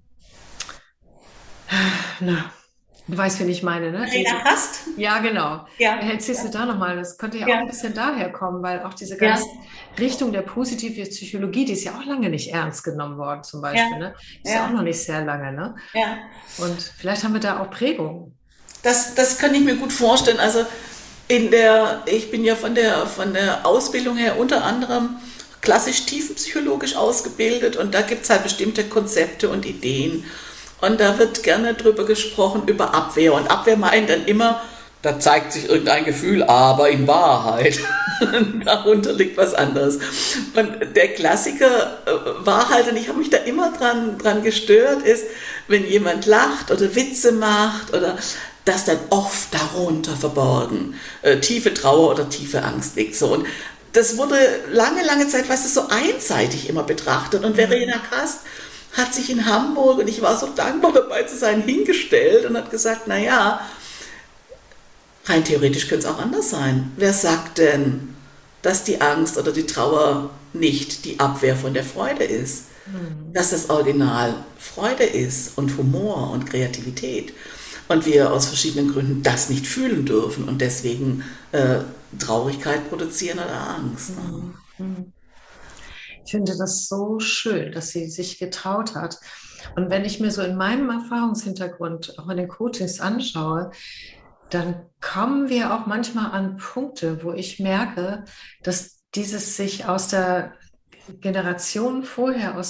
na, du weißt, wen ich meine, ne? Die, Rena die, Kast? ja, genau. Ja, Erzählst du da nochmal? Das könnte ja auch ja, ein bisschen daher kommen, weil auch diese ja, ganze Richtung der positiven Psychologie, die ist ja auch lange nicht ernst genommen worden, zum ja, Beispiel, ne? Ist ja auch ja, noch nicht sehr lange, ne? ja. Und vielleicht haben wir da auch Prägungen. Das, das kann ich mir gut vorstellen. Also in der, ich bin ja von der, von der Ausbildung her unter anderem klassisch tiefenpsychologisch ausgebildet und da gibt es halt bestimmte Konzepte und Ideen. Und da wird gerne drüber gesprochen, über Abwehr. Und Abwehr meint dann immer, da zeigt sich irgendein Gefühl, aber in Wahrheit darunter liegt was anderes. Und der Klassiker äh, war halt, und ich habe mich da immer dran, dran gestört, ist, wenn jemand lacht oder Witze macht oder dass dann oft darunter verborgen äh, tiefe Trauer oder tiefe Angst liegt. So. Und das wurde lange, lange Zeit, weißt du, so einseitig immer betrachtet. Und Verena Mhm. Kast hat sich in Hamburg, und ich war so dankbar dabei zu sein, hingestellt und hat gesagt, naja, rein theoretisch könnte es auch anders sein. Wer sagt denn, dass die Angst oder die Trauer nicht die Abwehr von der Freude ist? Mhm. Dass das Original Freude ist und Humor und Kreativität. Und wir aus verschiedenen Gründen das nicht fühlen dürfen und deswegen äh, Traurigkeit produzieren oder Angst. Ne? Mhm. Mhm. Ich finde das so schön, dass sie sich getraut hat. Und wenn ich mir so in meinem Erfahrungshintergrund auch in den Coachings anschaue, dann kommen wir auch manchmal an Punkte, wo ich merke, dass dieses sich aus der Generation vorher, aus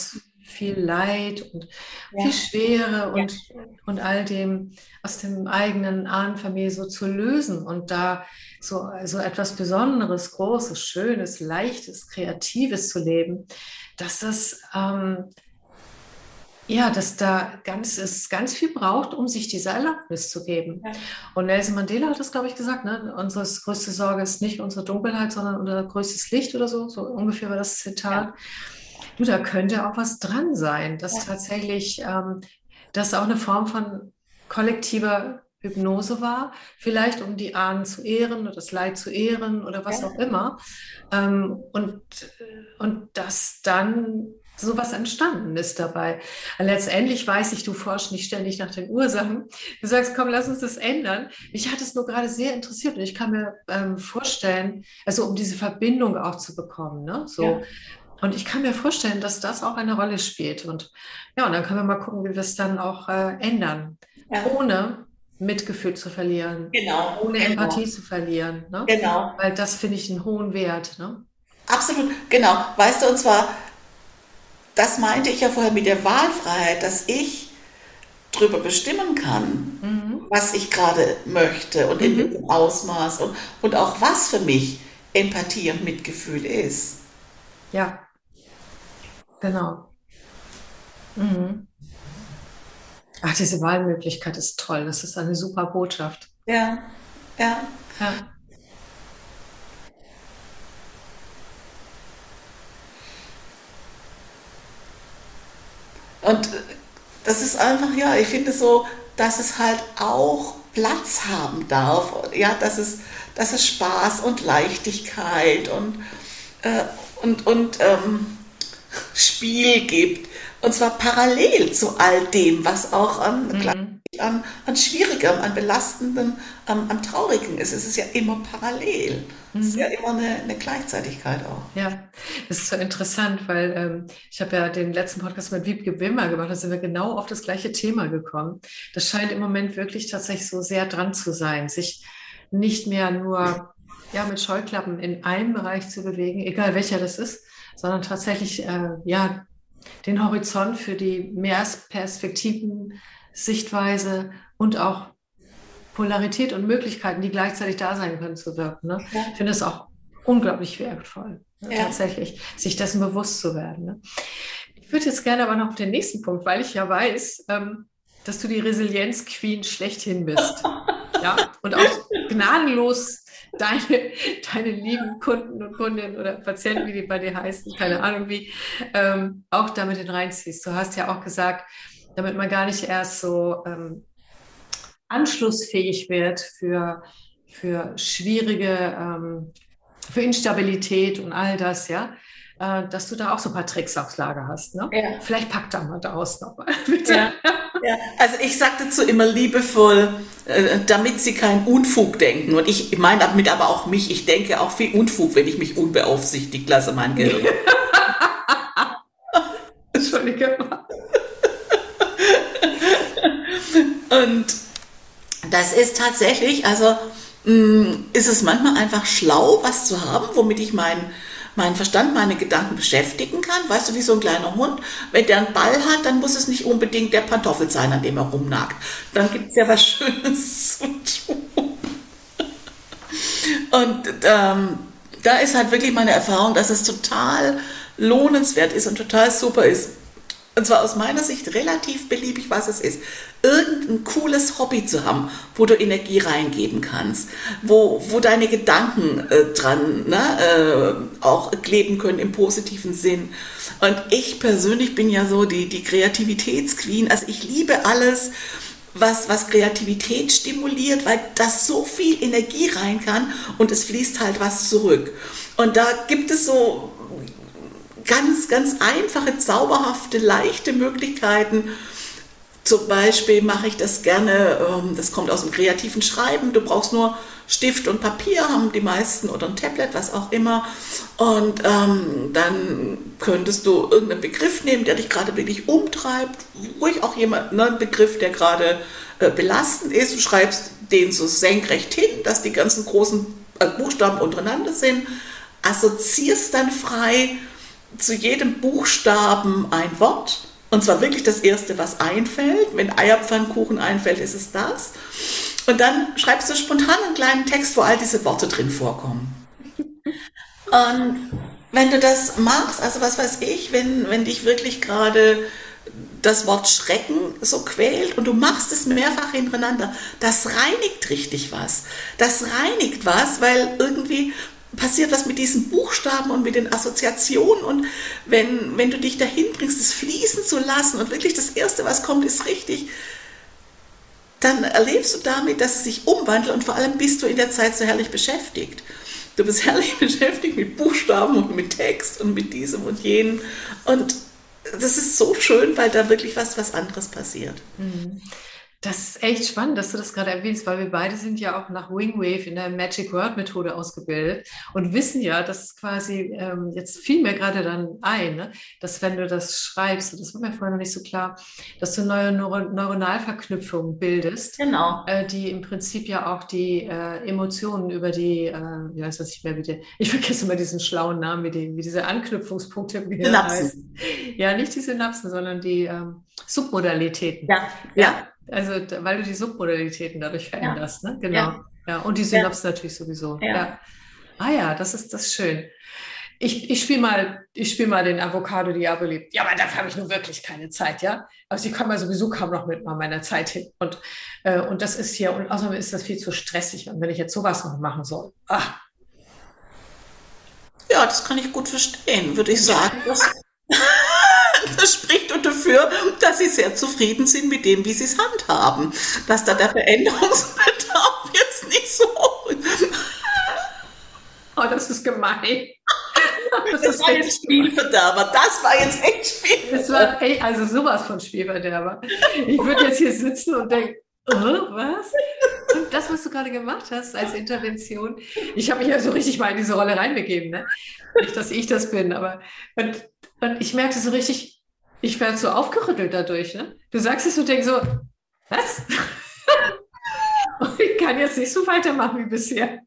viel Leid und viel Ja, Schwere ja, und, und all dem aus dem eigenen Ahnenfamilie so zu lösen und da so, so etwas Besonderes, Großes, Schönes, Leichtes, Kreatives zu leben, dass das ähm, ja, dass da ganz, es ganz viel braucht, um sich diese Erlaubnis zu geben. ja, Und Nelson Mandela hat das, glaube ich, gesagt, ne? Unsere größte Sorge ist nicht unsere Dunkelheit, sondern unser größtes Licht oder so. So ungefähr war das ja, Zitat. Du, da könnte auch was dran sein, dass ja, tatsächlich ähm, das auch eine Form von kollektiver Hypnose war, vielleicht um die Ahnen zu ehren oder das Leid zu ehren oder was auch ja, immer. Ähm, und, und dass dann sowas entstanden ist dabei. Letztendlich weiß ich, du forschst nicht ständig nach den Ursachen. Du sagst, komm, lass uns das ändern. Mich hat es nur gerade sehr interessiert und ich kann mir ähm, vorstellen, also um diese Verbindung auch zu bekommen, ne? So. ja, Und ich kann mir vorstellen, dass das auch eine Rolle spielt. Und ja, und dann können wir mal gucken, wie wir es dann auch äh, ändern, ja, ohne Mitgefühl zu verlieren, genau, ohne genau, Empathie zu verlieren, ne? genau. Weil das finde ich einen hohen Wert, ne? Absolut, genau. Weißt du, und zwar, das meinte ich ja vorher mit der Wahlfreiheit, dass ich drüber bestimmen kann, Mhm. was ich gerade möchte und in Mhm. welchem Ausmaß und, und auch was für mich Empathie und Mitgefühl ist. Ja, genau. Mhm. Ach, diese Wahlmöglichkeit ist toll. Das ist eine super Botschaft. Ja, ja. Ja. Und das ist einfach, ja, ich finde so, dass es halt auch Platz haben darf, ja, dass es, dass es Spaß und Leichtigkeit und, äh, und, und ähm, Spiel gibt. Und zwar parallel zu all dem, was auch an, Mhm. an, an Schwierigem, an Belastendem, am, am Traurigen ist. Es ist ja immer parallel. Es ist ja Mhm. immer eine, eine Gleichzeitigkeit auch. Ja, das ist so interessant, weil ähm, ich habe ja den letzten Podcast mit Wiebke Wimmer gemacht, da sind wir genau auf das gleiche Thema gekommen. Das scheint im Moment wirklich tatsächlich so sehr dran zu sein, sich nicht mehr nur ja, mit Scheuklappen in einem Bereich zu bewegen, egal welcher das ist, sondern tatsächlich äh, ja, den Horizont für die Mehrperspektiven, Sichtweise und auch Polarität und Möglichkeiten, die gleichzeitig da sein können, zu wirken. Ne? Ich Ja, finde es auch unglaublich wertvoll, ne? ja. Tatsächlich, sich dessen bewusst zu werden. Ne? Ich würde jetzt gerne aber noch auf den nächsten Punkt, weil ich ja weiß, ähm, dass du die Resilienz-Queen schlechthin bist. Ja, und auch gnadenlos deine, deine lieben Kunden und Kundinnen oder Patienten, wie die bei dir heißen, keine Ahnung wie, ähm, auch damit in reinziehst. Du hast ja auch gesagt, damit man gar nicht erst so ähm, anschlussfähig wird für, für schwierige, ähm, für Instabilität und all das, ja, äh, dass du da auch so ein paar Tricks aufs Lager hast, ne? Ja. Vielleicht pack da mal daraus noch mal, bitte. Ja, ja. Also ich sage dazu immer liebevoll, äh, damit sie keinen Unfug denken. Und ich meine damit aber auch mich, ich denke auch viel Unfug, wenn ich mich unbeaufsichtigt lasse, mein Gehirn. Entschuldige. Und das ist tatsächlich, also mh, ist es manchmal einfach schlau, was zu haben, womit ich meinen meinen Verstand, meine Gedanken beschäftigen kann. Weißt du, wie so ein kleiner Hund, wenn der einen Ball hat, dann muss es nicht unbedingt der Pantoffel sein, an dem er rumnagt. Dann gibt es ja was Schönes zu tun. Und ähm, da ist halt wirklich meine Erfahrung, dass es total lohnenswert ist und total super ist. Und zwar aus meiner Sicht relativ beliebig, was es ist. Irgendein cooles Hobby zu haben, wo du Energie reingeben kannst, wo, wo deine Gedanken äh, dran ne, äh, auch kleben können im positiven Sinn. Und ich persönlich bin ja so die, die Kreativitätsqueen. Also ich liebe alles, was, was Kreativität stimuliert, weil das so viel Energie rein kann und es fließt halt was zurück. Und da gibt es so ganz, ganz einfache, zauberhafte, leichte Möglichkeiten. Zum Beispiel mache ich das gerne, das kommt aus dem kreativen Schreiben, du brauchst nur Stift und Papier, haben die meisten, oder ein Tablet, was auch immer. Und ähm, dann könntest du irgendeinen Begriff nehmen, der dich gerade wirklich umtreibt, ruhig auch jemand, ne, einen Begriff, der gerade äh, belastend ist. Du schreibst den so senkrecht hin, dass die ganzen großen äh, Buchstaben untereinander sind, assoziierst dann frei zu jedem Buchstaben ein Wort. Und zwar wirklich das Erste, was einfällt. Wenn Eierpfannkuchen einfällt, ist es das. Und dann schreibst du spontan einen kleinen Text, wo all diese Worte drin vorkommen. Und wenn du das machst, also was weiß ich, wenn, wenn dich wirklich gerade das Wort Schrecken so quält und du machst es mehrfach hintereinander, das reinigt richtig was. Das reinigt was, weil irgendwie passiert was mit diesen Buchstaben und mit den Assoziationen, und wenn, wenn du dich dahin bringst, es fließen zu lassen und wirklich das Erste, was kommt, ist richtig, dann erlebst du damit, dass es sich umwandelt, und vor allem bist du in der Zeit so herrlich beschäftigt. Du bist herrlich beschäftigt mit Buchstaben und mit Text und mit diesem und jenem, und das ist so schön, weil da wirklich was, was anderes passiert. Mhm. Das ist echt spannend, dass du das gerade erwähnst, weil wir beide sind ja auch nach Wingwave in der Magic Word Methode ausgebildet und wissen ja, dass es quasi, ähm, jetzt fiel mir gerade dann ein, ne, dass wenn du das schreibst, das war mir vorher noch nicht so klar, dass du neue Neuro Neuronalverknüpfungen bildest, Genau. äh, die im Prinzip ja auch die äh, Emotionen über die, äh, wie heißt das nicht mehr, wie die, ich vergesse immer diesen schlauen Namen, wie, die, wie diese Anknüpfungspunkte wie die heißen. Ja, nicht die Synapsen, sondern die ähm, Submodalitäten. Ja, ja. ja. Also, weil du die Submodalitäten dadurch veränderst, ja. Ne? Genau. Ja. Ja. Und die Synapsen ja. natürlich sowieso. Ja. Ja. Ah ja, das ist das ist schön. Ich, ich spiele mal, ich spiel mal den Avocado Diaboli. Ja, aber dafür habe ich nun wirklich keine Zeit, ja. Also ich komme ja sowieso kaum noch mit meiner Zeit hin. Und, äh, und das ist hier, und außerdem ist das viel zu stressig. Und wenn ich jetzt sowas noch machen soll. Ach. Ja, das kann ich gut verstehen, würde ich sagen. Das Das spricht dafür, dass sie sehr zufrieden sind mit dem, wie sie es handhaben. Dass da der Veränderungsbedarf jetzt nicht so hoch ist. Oh, das ist gemein. Das, das war jetzt Spielverderber. Das war jetzt echt Spielverderber. Das war, ey, also sowas von Spielverderber. Ich würde jetzt hier sitzen und denken, oh, was? Und das, was du gerade gemacht hast als Intervention, ich habe mich ja so richtig mal in diese Rolle reinbegeben, ne? Nicht, dass ich das bin, aber und, und ich merkte so richtig, ich werde so aufgerüttelt dadurch, ne? Du sagst es und denkst so, was? Und ich kann jetzt nicht so weitermachen wie bisher.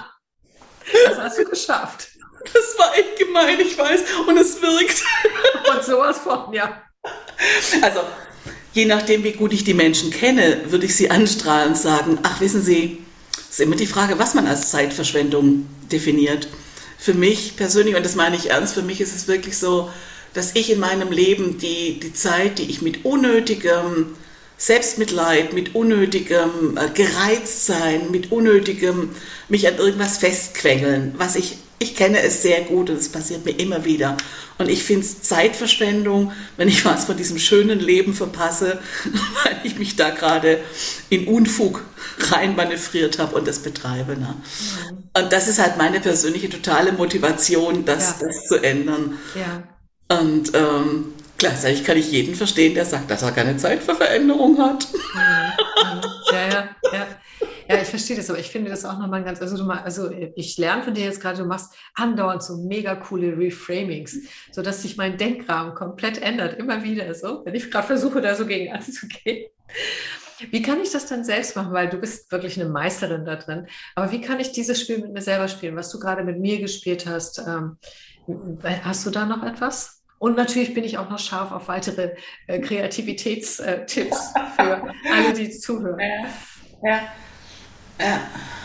Das hast du geschafft. Das war echt gemein, ich weiß, und es wirkt. Und sowas von, ja. Also, je nachdem, wie gut ich die Menschen kenne, würde ich sie anstrahlen und sagen, ach, wissen Sie, es ist immer die Frage, was man als Zeitverschwendung definiert. Für mich persönlich, und das meine ich ernst, für mich ist es wirklich so, dass ich in meinem Leben die, die Zeit, die ich mit unnötigem Selbstmitleid, mit unnötigem äh, Gereiztsein, mit unnötigem mich an irgendwas festquengeln, was ich, ich kenne es sehr gut und es passiert mir immer wieder. Und ich finde es Zeitverschwendung, wenn ich was von diesem schönen Leben verpasse, weil ich mich da gerade in Unfug reinmanövriert habe und das betreibe. Ne? Mhm. Und das ist halt meine persönliche totale Motivation, das, ja. das zu ändern. Ja. Und ähm, gleichzeitig kann ich jeden verstehen, der sagt, dass er keine Zeit für Veränderung hat. Ja, ja, ja. Ja, ich verstehe das, aber ich finde das auch nochmal ganz, also du mal, also ich lerne von dir jetzt gerade, du machst andauernd so mega coole Reframings, sodass sich mein Denkrahmen komplett ändert, immer wieder so, wenn ich gerade versuche, da so gegen anzugehen. Wie kann ich das dann selbst machen, weil du bist wirklich eine Meisterin da drin, aber wie kann ich dieses Spiel mit mir selber spielen, was du gerade mit mir gespielt hast? Ähm, hast du da noch etwas? Und natürlich bin ich auch noch scharf auf weitere äh, Kreativitätstipps für alle, die zuhören. Ja, ja. Ja.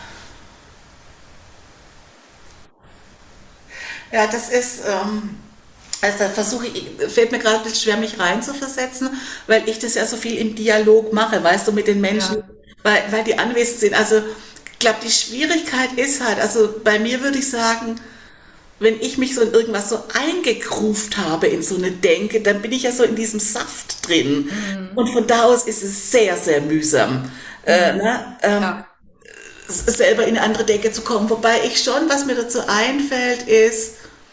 Ja, das ist, ähm, also da versuche ich, fällt mir gerade ein bisschen schwer, mich reinzuversetzen, weil ich das ja so viel im Dialog mache, weißt du, mit den Menschen, ja. weil, weil die anwesend sind. Also ich glaube, die Schwierigkeit ist halt, also bei mir würde ich sagen, wenn ich mich so in irgendwas so eingegruft habe, in so eine Denke, dann bin ich ja so in diesem Saft drin. Mhm. Und von da aus ist es sehr, sehr mühsam. Mhm. Äh, ne? ähm, ja. selber in eine andere Denke zu kommen. Wobei ich schon, was mir dazu einfällt, ist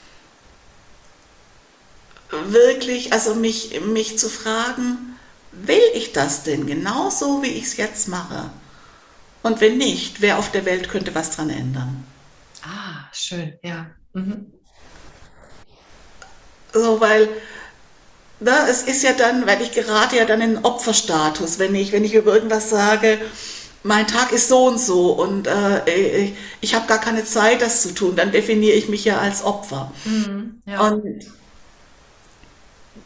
wirklich, also mich, mich zu fragen, will ich das denn genauso, wie ich es jetzt mache? Und wenn nicht, wer auf der Welt könnte was dran ändern? Ah, schön, ja. Mhm. So, weil na, es ist ja dann, weil ich gerate ja dann in den Opferstatus, wenn ich, wenn ich über irgendwas sage, mein Tag ist so und so und äh, ich, ich habe gar keine Zeit, das zu tun, dann definiere ich mich ja als Opfer. Mhm, ja. Und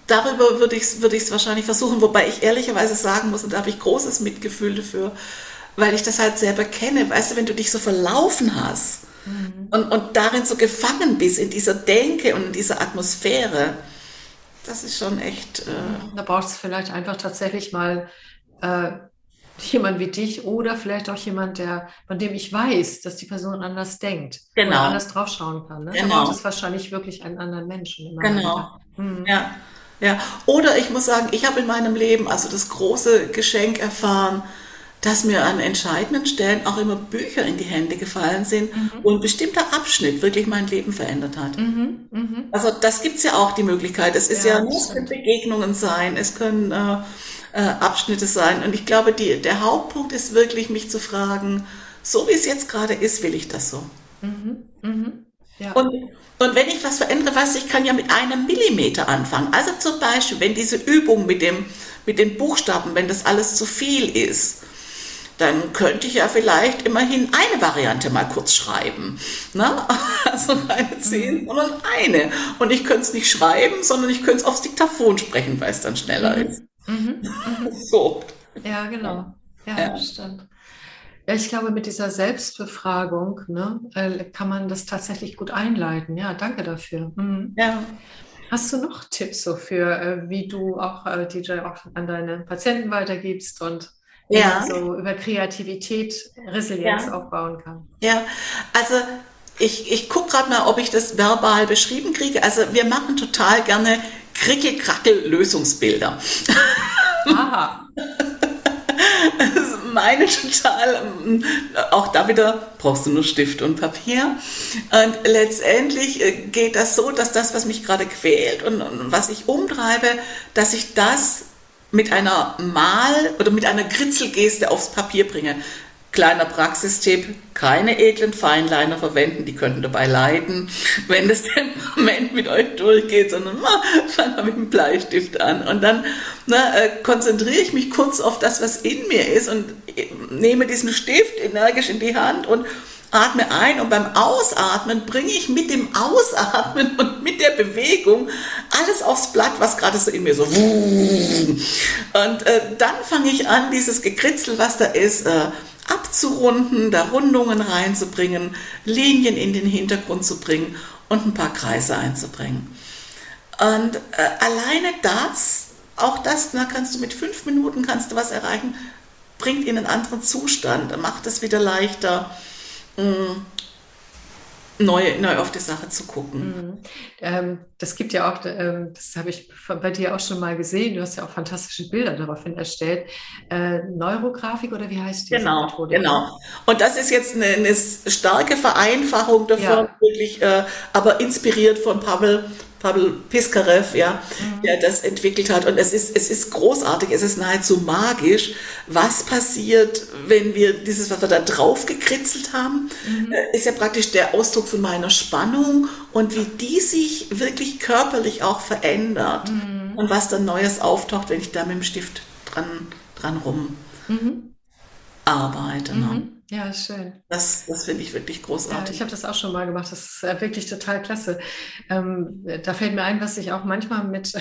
darüber würde ich es würde ich es wahrscheinlich versuchen, wobei ich ehrlicherweise sagen muss, und da habe ich großes Mitgefühl dafür, weil ich das halt selber kenne. Weißt du, wenn du dich so verlaufen hast mhm. und, und darin so gefangen bist, in dieser Denke und in dieser Atmosphäre, das ist schon echt... Äh da braucht es vielleicht einfach tatsächlich mal äh, jemand wie dich oder vielleicht auch jemand, der, von dem ich weiß, dass die Person anders denkt genau. oder anders drauf schauen kann. Ne? Genau. Da braucht es wahrscheinlich wirklich einen anderen Menschen. Genau. Mhm. Ja. Ja. Oder ich muss sagen, ich habe in meinem Leben also das große Geschenk erfahren, dass mir an entscheidenden Stellen auch immer Bücher in die Hände gefallen sind, mhm. wo ein bestimmter Abschnitt wirklich mein Leben verändert hat. Mhm. Mhm. Also das gibt es ja auch die Möglichkeit. Es ist ja, ja es können Begegnungen sein, es können äh, äh, Abschnitte sein. Und ich glaube, die, der Hauptpunkt ist wirklich, mich zu fragen, so wie es jetzt gerade ist, will ich das so. Mhm. Mhm. Ja. Und, und wenn ich was verändere, weißt du, ich kann ja mit einem Millimeter anfangen. Also zum Beispiel, wenn diese Übung mit, dem, mit den Buchstaben, wenn das alles zu viel ist, dann könnte ich ja vielleicht immerhin eine Variante mal kurz schreiben. Ne? Also keine zehn, sondern eine. Und ich könnte es nicht schreiben, sondern ich könnte es aufs Diktaphon sprechen, weil es dann schneller mhm. ist. Mhm. So. Ja, genau. Ja, ja. Stimmt. Ja, ich glaube, mit dieser Selbstbefragung ne, kann man das tatsächlich gut einleiten. Ja, danke dafür. Mhm. Ja. Hast du noch Tipps so für, wie du auch, die du auch an deine Patienten weitergibst und ja. so über Kreativität Resilienz ja. aufbauen kann? Ja, also ich, ich gucke gerade mal, ob ich das verbal beschrieben kriege. Also wir machen total gerne Krickel-Krackel-Lösungsbilder. Aha. Also meine total, auch da wieder brauchst du nur Stift und Papier. Und letztendlich geht das so, dass das, was mich gerade quält und, und was ich umtreibe, dass ich das mit einer Mal- oder mit einer Kritzelgeste aufs Papier bringe. Kleiner Praxistipp, keine edlen Feinliner verwenden, die könnten dabei leiden, wenn das Temperament mit euch durchgeht, sondern fangen wir mit dem Bleistift an. Und dann na, äh, konzentriere ich mich kurz auf das, was in mir ist und nehme diesen Stift energisch in die Hand und atme ein, und beim Ausatmen bringe ich mit dem Ausatmen und mit der Bewegung alles aufs Blatt, was gerade so in mir so. Und äh, dann fange ich an, dieses Gekritzel, was da ist, äh, abzurunden, da Rundungen reinzubringen, Linien in den Hintergrund zu bringen und ein paar Kreise einzubringen. Und äh, alleine das, auch das, na, kannst du mit fünf Minuten kannst du was erreichen, bringt in einen anderen Zustand, macht es wieder leichter, Neu, neu auf die Sache zu gucken. Mhm. Ähm, das gibt ja auch, ähm, das habe ich bei dir auch schon mal gesehen, du hast ja auch fantastische Bilder daraufhin erstellt. Äh, Neurografik oder wie heißt die? Genau, Methode? Genau. Und das ist jetzt eine, eine starke Vereinfachung davon, ja. wirklich, äh, aber inspiriert von Pavel Pavel Piskarev, ja, mhm. der das entwickelt hat. Und es ist, es ist großartig, es ist nahezu magisch, was passiert, wenn wir dieses, was wir da drauf gekritzelt haben, mhm. ist ja praktisch der Ausdruck von meiner Spannung und wie die sich wirklich körperlich auch verändert mhm. und was dann Neues auftaucht, wenn ich da mit dem Stift dran, dran rum mhm. arbeite. Mhm. Ne? Ja, schön. Das, das finde ich wirklich großartig. Ja, ich habe das auch schon mal gemacht. Das ist äh, wirklich total klasse. Ähm, da fällt mir ein, was ich auch manchmal mit,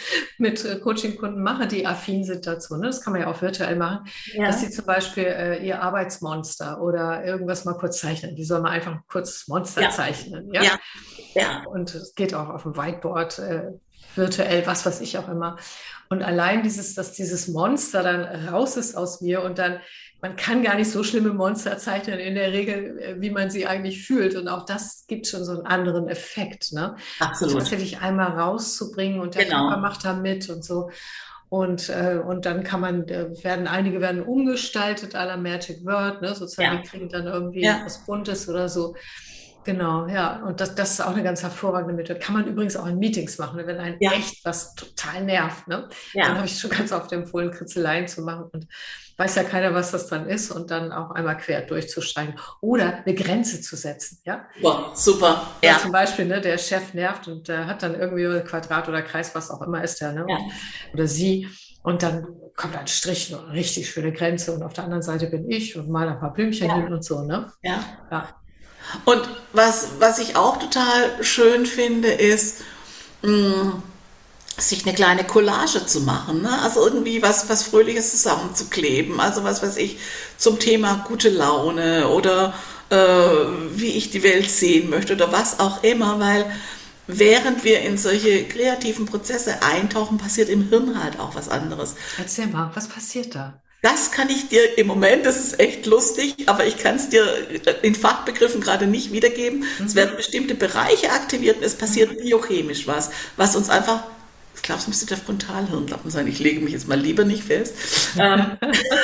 mit Coaching-Kunden mache, die affin sind dazu. Ne? Das kann man ja auch virtuell machen. Ja. Dass sie zum Beispiel äh, ihr Arbeitsmonster oder irgendwas mal kurz zeichnen. Die soll man einfach ein kurzes Monster ja. zeichnen. Ja? Ja. Ja. Und es geht auch auf dem Whiteboard, äh, virtuell, was weiß ich auch immer. Und allein dieses, dass dieses Monster dann raus ist aus mir und dann, man kann gar nicht so schlimme Monster zeichnen in der Regel, wie man sie eigentlich fühlt. Und auch das gibt schon so einen anderen Effekt, ne? Absolut. Tatsächlich einmal rauszubringen und der genau. Körper macht da mit und so. Und, äh, und dann kann man, äh, werden, einige werden umgestaltet à la Magic Word, ne? Sozusagen, ja. die kriegen dann irgendwie ja. was Buntes oder so. Genau, ja. Und das, das ist auch eine ganz hervorragende Methode. Kann man übrigens auch in Meetings machen, wenn einen ja. echt was total nervt. Ne? Ja. Dann habe ich schon ganz oft empfohlen, Kritzeleien zu machen und weiß ja keiner, was das dann ist und dann auch einmal quer durchzusteigen oder eine Grenze zu setzen. Ja, wow, super. Ja. Ja, zum Beispiel, ne, der Chef nervt und der hat dann irgendwie Quadrat oder Kreis, was auch immer ist der, ne? Ja. Oder sie. Und dann kommt ein Strich, eine richtig schöne Grenze und auf der anderen Seite bin ich und mal ein paar Blümchen ja. hin und so. Ne? Ja. Ja. Und was, was ich auch total schön finde, ist, mh, sich eine kleine Collage zu machen, ne? Also irgendwie was, was Fröhliches zusammenzukleben, also was weiß ich, zum Thema gute Laune oder äh, wie ich die Welt sehen möchte oder was auch immer, weil während wir in solche kreativen Prozesse eintauchen, passiert im Hirn halt auch was anderes. Erzähl mal, was passiert da? Das kann ich dir im Moment, das ist echt lustig, aber ich kann es dir in Fachbegriffen gerade nicht wiedergeben. Mhm. Es werden bestimmte Bereiche aktiviert und es passiert mhm. biochemisch was, was uns einfach, ich glaube, es müsste der Frontalhirnlappen sein, ich lege mich jetzt mal lieber nicht fest. ähm,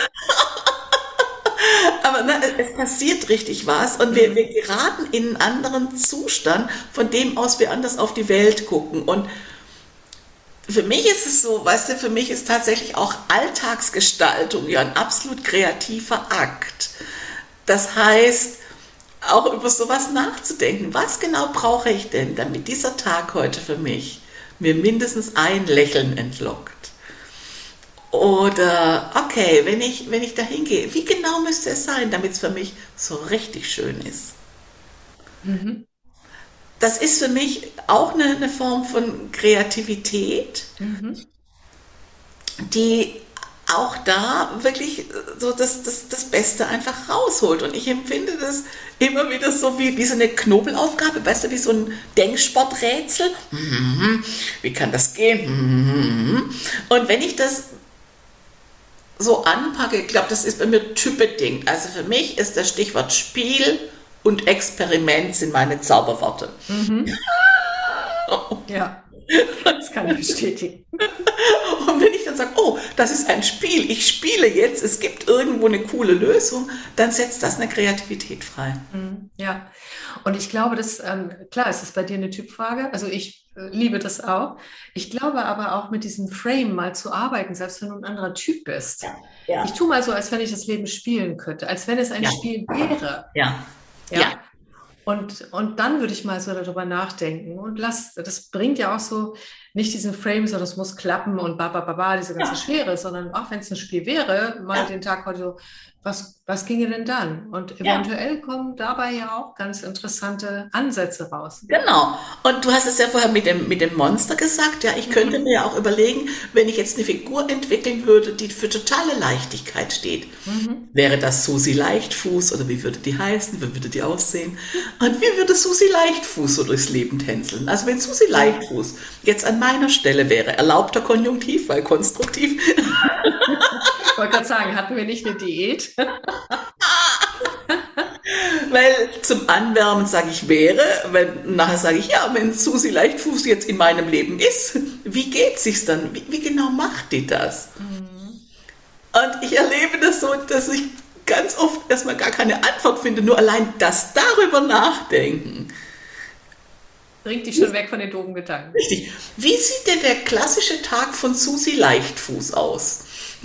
aber ne, es passiert richtig was und wir, wir geraten in einen anderen Zustand, von dem aus wir anders auf die Welt gucken. Und für mich ist es so, weißt du, für mich ist tatsächlich auch Alltagsgestaltung ja ein absolut kreativer Akt. Das heißt, auch über sowas nachzudenken. Was genau brauche ich denn, damit dieser Tag heute für mich mir mindestens ein Lächeln entlockt? Oder, okay, wenn ich, wenn ich da hingehe, wie genau müsste es sein, damit es für mich so richtig schön ist? Mhm. Das ist für mich auch eine, eine Form von Kreativität, mhm. die auch da wirklich so das, das, das Beste einfach rausholt. Und ich empfinde das immer wieder so wie, wie so eine Knobelaufgabe, weißt du, wie so ein Denksporträtsel. Wie kann das gehen? Und wenn ich das so anpacke, ich glaube, das ist bei mir typbedingt. Also für mich ist das Stichwort Spiel und Experiment sind meine Zauberworte. Mhm. Ja, das kann ich bestätigen. Und wenn ich dann sage, oh, das ist ein Spiel, ich spiele jetzt, es gibt irgendwo eine coole Lösung, dann setzt das eine Kreativität frei. Ja, und ich glaube, dass, ähm, klar, ist das bei dir eine Typfrage, also ich äh, liebe das auch. Ich glaube aber auch mit diesem Frame mal zu arbeiten, selbst wenn du ein anderer Typ bist. Ja. Ja. Ich tue mal so, als wenn ich das Leben spielen könnte, als wenn es ein ja. Spiel wäre. Ja. Ja. ja. Und, und dann würde ich mal so darüber nachdenken und lass, das bringt ja auch so nicht diesen Frame, so das muss klappen und ba, ba, ba, ba diese ganze ja. Schwere, sondern auch wenn es ein Spiel wäre, mal ja. den Tag heute so, was, was ginge denn dann? Und eventuell ja. kommen dabei ja auch ganz interessante Ansätze raus. Genau. Und du hast es ja vorher mit dem, mit dem Monster gesagt, ja, ich könnte mhm. mir auch überlegen, wenn ich jetzt eine Figur entwickeln würde, die für totale Leichtigkeit steht. Mhm. Wäre das Susi Leichtfuß oder wie würde die heißen, wie würde die aussehen? Und wie würde Susi Leichtfuß so durchs Leben tänzeln? Also wenn Susi Leichtfuß jetzt an meiner Stelle wäre, erlaubter Konjunktiv, weil konstruktiv. Ich wollte gerade sagen, hatten wir nicht eine Diät? Weil zum Anwärmen sage ich wäre, wenn, nachher sage ich, ja, wenn Susi Leichtfuß jetzt in meinem Leben ist, wie geht es sich dann? Wie, wie genau macht die das? Mhm. Und ich erlebe das so, dass ich ganz oft erstmal gar keine Antwort finde, nur allein das darüber nachdenken. Bringt dich schon weg von den doofen Gedanken. Richtig. Wie sieht denn der klassische Tag von Susi Leichtfuß aus?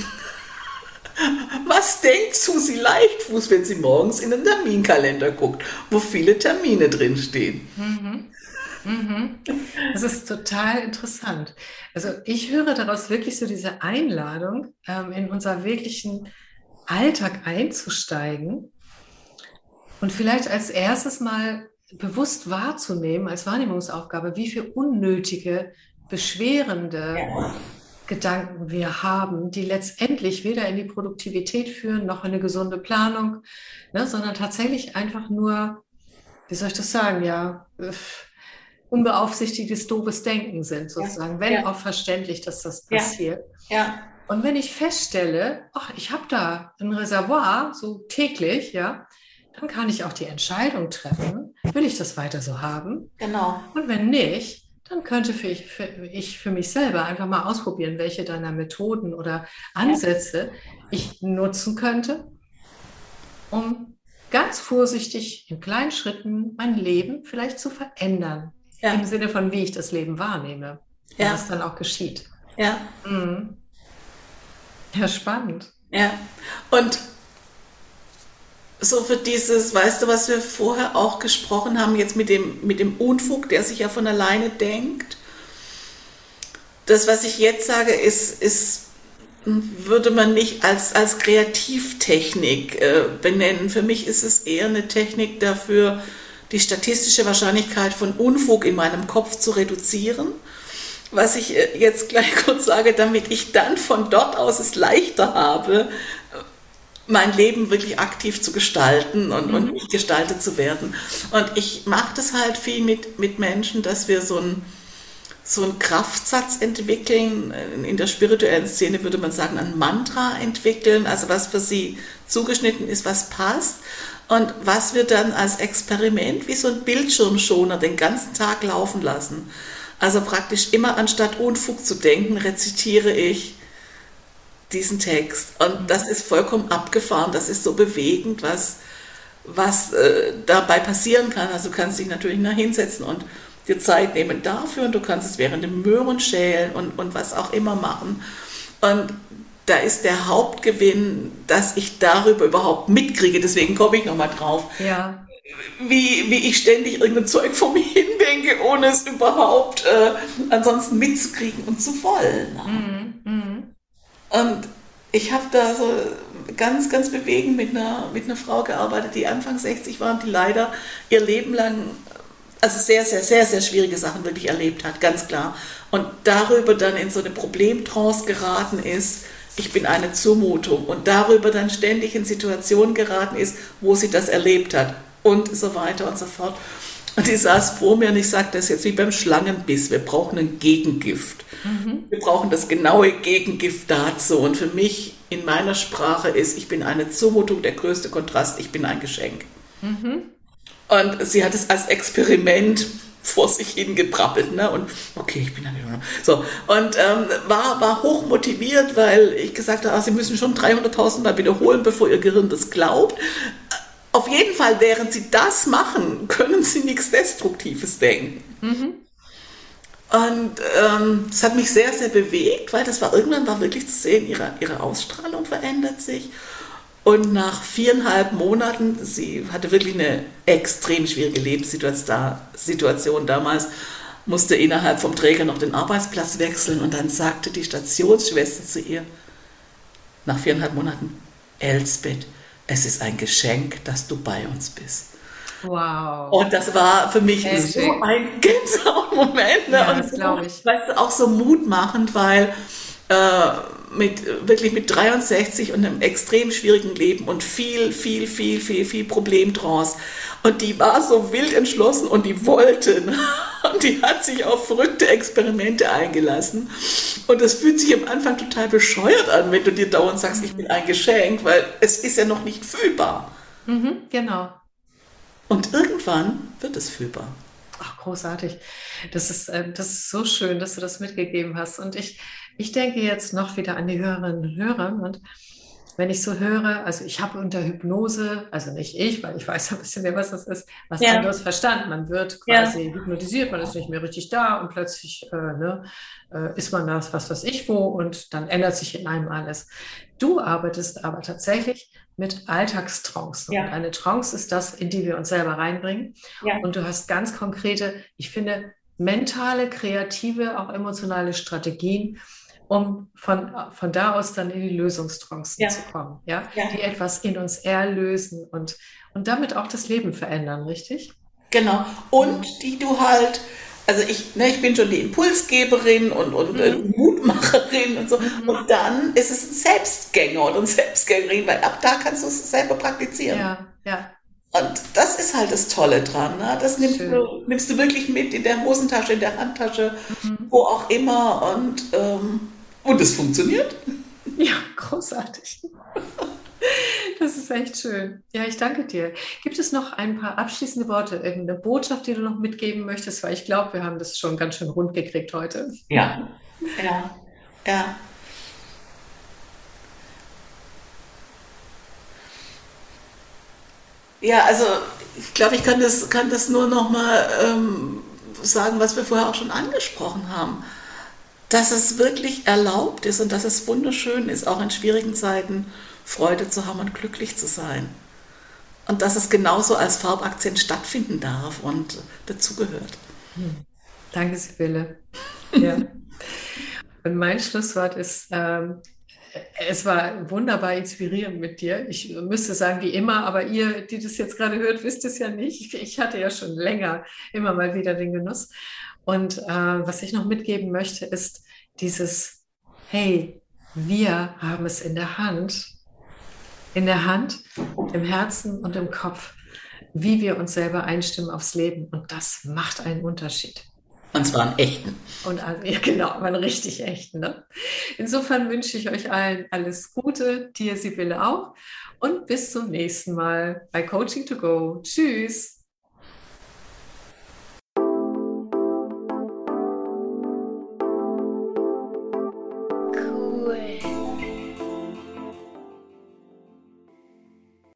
Was denkt Susi Leichtfuß, wenn sie morgens in den Terminkalender guckt, wo viele Termine drinstehen? Mhm. Mhm. Das ist total interessant. Also ich höre daraus wirklich so diese Einladung, ähm, in unser wirklichen Alltag einzusteigen und vielleicht als erstes mal bewusst wahrzunehmen, als Wahrnehmungsaufgabe, wie viel unnötige, beschwerende ja. Gedanken wir haben, die letztendlich weder in die Produktivität führen, noch in eine gesunde Planung, ne, sondern tatsächlich einfach nur, wie soll ich das sagen, ja, unbeaufsichtigtes, doofes Denken sind sozusagen, ja. wenn ja. auch verständlich, dass das passiert. Ja. Ja. Und wenn ich feststelle, ach, ich habe da ein Reservoir, so täglich, ja, dann kann ich auch die Entscheidung treffen, will ich das weiter so haben? Genau. Und wenn nicht, dann könnte für ich, für ich für mich selber einfach mal ausprobieren, welche deiner Methoden oder Ansätze ich nutzen könnte, um ganz vorsichtig in kleinen Schritten mein Leben vielleicht zu verändern. Ja. Im Sinne von, wie ich das Leben wahrnehme. Und ja. was dann auch geschieht. Ja. Mhm. Ja, spannend. Ja. Und so für dieses, weißt du, was wir vorher auch gesprochen haben, jetzt mit dem, mit dem Unfug, der sich ja von alleine denkt. Das, was ich jetzt sage, ist, ist würde man nicht als, als Kreativtechnik äh, benennen. Für mich ist es eher eine Technik dafür, die statistische Wahrscheinlichkeit von Unfug in meinem Kopf zu reduzieren was ich jetzt gleich kurz sage, damit ich dann von dort aus es leichter habe, mein Leben wirklich aktiv zu gestalten und, mhm. und nicht gestaltet zu werden. Und ich mache das halt viel mit, mit Menschen, dass wir so ein so einen Kraftsatz entwickeln, in der spirituellen Szene würde man sagen, ein Mantra entwickeln, also was für sie zugeschnitten ist, was passt und was wir dann als Experiment wie so ein Bildschirmschoner den ganzen Tag laufen lassen. Also praktisch immer anstatt Unfug zu denken, rezitiere ich diesen Text und das ist vollkommen abgefahren, das ist so bewegend, was, was äh, dabei passieren kann. Also du kannst dich natürlich nach hinsetzen und dir Zeit nehmen dafür und du kannst es während dem Möhren schälen und, und was auch immer machen. Und da ist der Hauptgewinn, dass ich darüber überhaupt mitkriege, deswegen komme ich nochmal drauf, ja. wie, wie ich ständig irgendein Zeug vor mir hindenke, ohne es überhaupt äh, ansonsten mitzukriegen und zu wollen. Mhm. Mhm. Und ich habe da so ganz, ganz bewegend mit einer, mit einer Frau gearbeitet, die Anfang sechzig war und die leider ihr Leben lang also sehr, sehr, sehr, sehr schwierige Sachen wirklich erlebt hat, ganz klar. Und darüber dann in so eine Problemtrance geraten ist, ich bin eine Zumutung. Und darüber dann ständig in Situationen geraten ist, wo sie das erlebt hat. Und so weiter und so fort. Und die saß vor mir und ich sagte, das ist jetzt wie beim Schlangenbiss, wir brauchen ein Gegengift. Mhm. Wir brauchen das genaue Gegengift dazu. Und für mich in meiner Sprache ist, ich bin eine Zumutung, der größte Kontrast, ich bin ein Geschenk. Mhm. Und sie hat es als Experiment vor sich hingebrabbelt, ne? Und okay, ich bin dann wieder so und ähm, war war hoch motiviert, weil ich gesagt habe, sie müssen schon dreihunderttausend Mal wiederholen, bevor ihr Gehirn das glaubt. Auf jeden Fall, während sie das machen, können sie nichts Destruktives denken. Mhm. Und ähm, das hat mich sehr, sehr bewegt, weil das war irgendwann war wirklich zu sehen, ihre ihre Ausstrahlung verändert sich. Und nach viereinhalb Monaten, sie hatte wirklich eine extrem schwierige Lebenssituation damals, musste innerhalb vom Träger noch den Arbeitsplatz wechseln und dann sagte die Stationsschwester zu ihr, nach viereinhalb Monaten, Elsbeth, es ist ein Geschenk, dass du bei uns bist. Wow. Und das war für mich Echt? so ein Gänsehautmoment. Ne? Ja, und das glaube ich. Weißt du, auch so mutmachend, weil äh, mit, wirklich mit dreiundsechzig und einem extrem schwierigen Leben und viel, viel, viel, viel, viel Problemtrance. Und die war so wild entschlossen und die wollte. Ne? Und die hat sich auf verrückte Experimente eingelassen. Und das fühlt sich am Anfang total bescheuert an, wenn du dir dauernd sagst, ich bin ein Geschenk, weil es ist ja noch nicht fühlbar. Mhm, genau. Und irgendwann wird es fühlbar. Ach, großartig. Das ist, äh, das ist so schön, dass du das mitgegeben hast. Und ich, ich denke jetzt noch wieder an die Hörerinnen und Hörer. Und wenn ich so höre, also ich habe unter Hypnose, also nicht ich, weil ich weiß ein bisschen mehr, was das ist, was ja. anderes verstanden. Man wird quasi ja. hypnotisiert, man ist nicht mehr richtig da und plötzlich äh, ne, äh, ist man das, was weiß ich wo, und dann ändert sich in einem alles. Du arbeitest aber tatsächlich mit Alltagstrancen. Ja. Und eine Trance ist das, in die wir uns selber reinbringen. Ja. Und du hast ganz konkrete, ich finde, mentale, kreative, auch emotionale Strategien, um von, von da aus dann in die Lösungstrancen ja. zu kommen, ja? ja, die etwas in uns erlösen und, und damit auch das Leben verändern, richtig? Genau. Und die du halt, also ich, ne, ich bin schon die Impulsgeberin und, und mhm. äh, Mutmacherin und so. Mhm. Und dann ist es ein Selbstgänger oder eine Selbstgängerin, weil ab da kannst du es selber praktizieren. Ja, ja. Und das ist halt das Tolle dran. Ne? Das nimmst du, nimmst du wirklich mit in der Hosentasche, in der Handtasche, mhm. wo auch immer. Und, ähm, und es funktioniert. Ja, großartig. Das ist echt schön. Ja, ich danke dir. Gibt es noch ein paar abschließende Worte, irgendeine Botschaft, die du noch mitgeben möchtest? Weil ich glaube, wir haben das schon ganz schön rund gekriegt heute. Ja, ja, ja. Ja, also ich glaube, ich kann das, kann das nur noch mal ähm, sagen, was wir vorher auch schon angesprochen haben. Dass es wirklich erlaubt ist und dass es wunderschön ist, auch in schwierigen Zeiten Freude zu haben und glücklich zu sein. Und dass es genauso als Farbakzent stattfinden darf und dazugehört. Hm. Danke, Sibylle. Ja. Und mein Schlusswort ist, ähm, es war wunderbar inspirierend mit dir. Ich müsste sagen, wie immer, aber ihr, die das jetzt gerade hört, wisst es ja nicht. Ich hatte ja schon länger immer mal wieder den Genuss. Und äh, was ich noch mitgeben möchte, ist dieses, hey, wir haben es in der Hand, in der Hand, im Herzen und im Kopf, wie wir uns selber einstimmen aufs Leben. Und das macht einen Unterschied. Und zwar einen echten. Und also, ja, genau, aber einen richtig echten. Ne? Insofern wünsche ich euch allen alles Gute, dir, Sibylle auch. Und bis zum nächsten Mal bei Coaching to Go. Tschüss.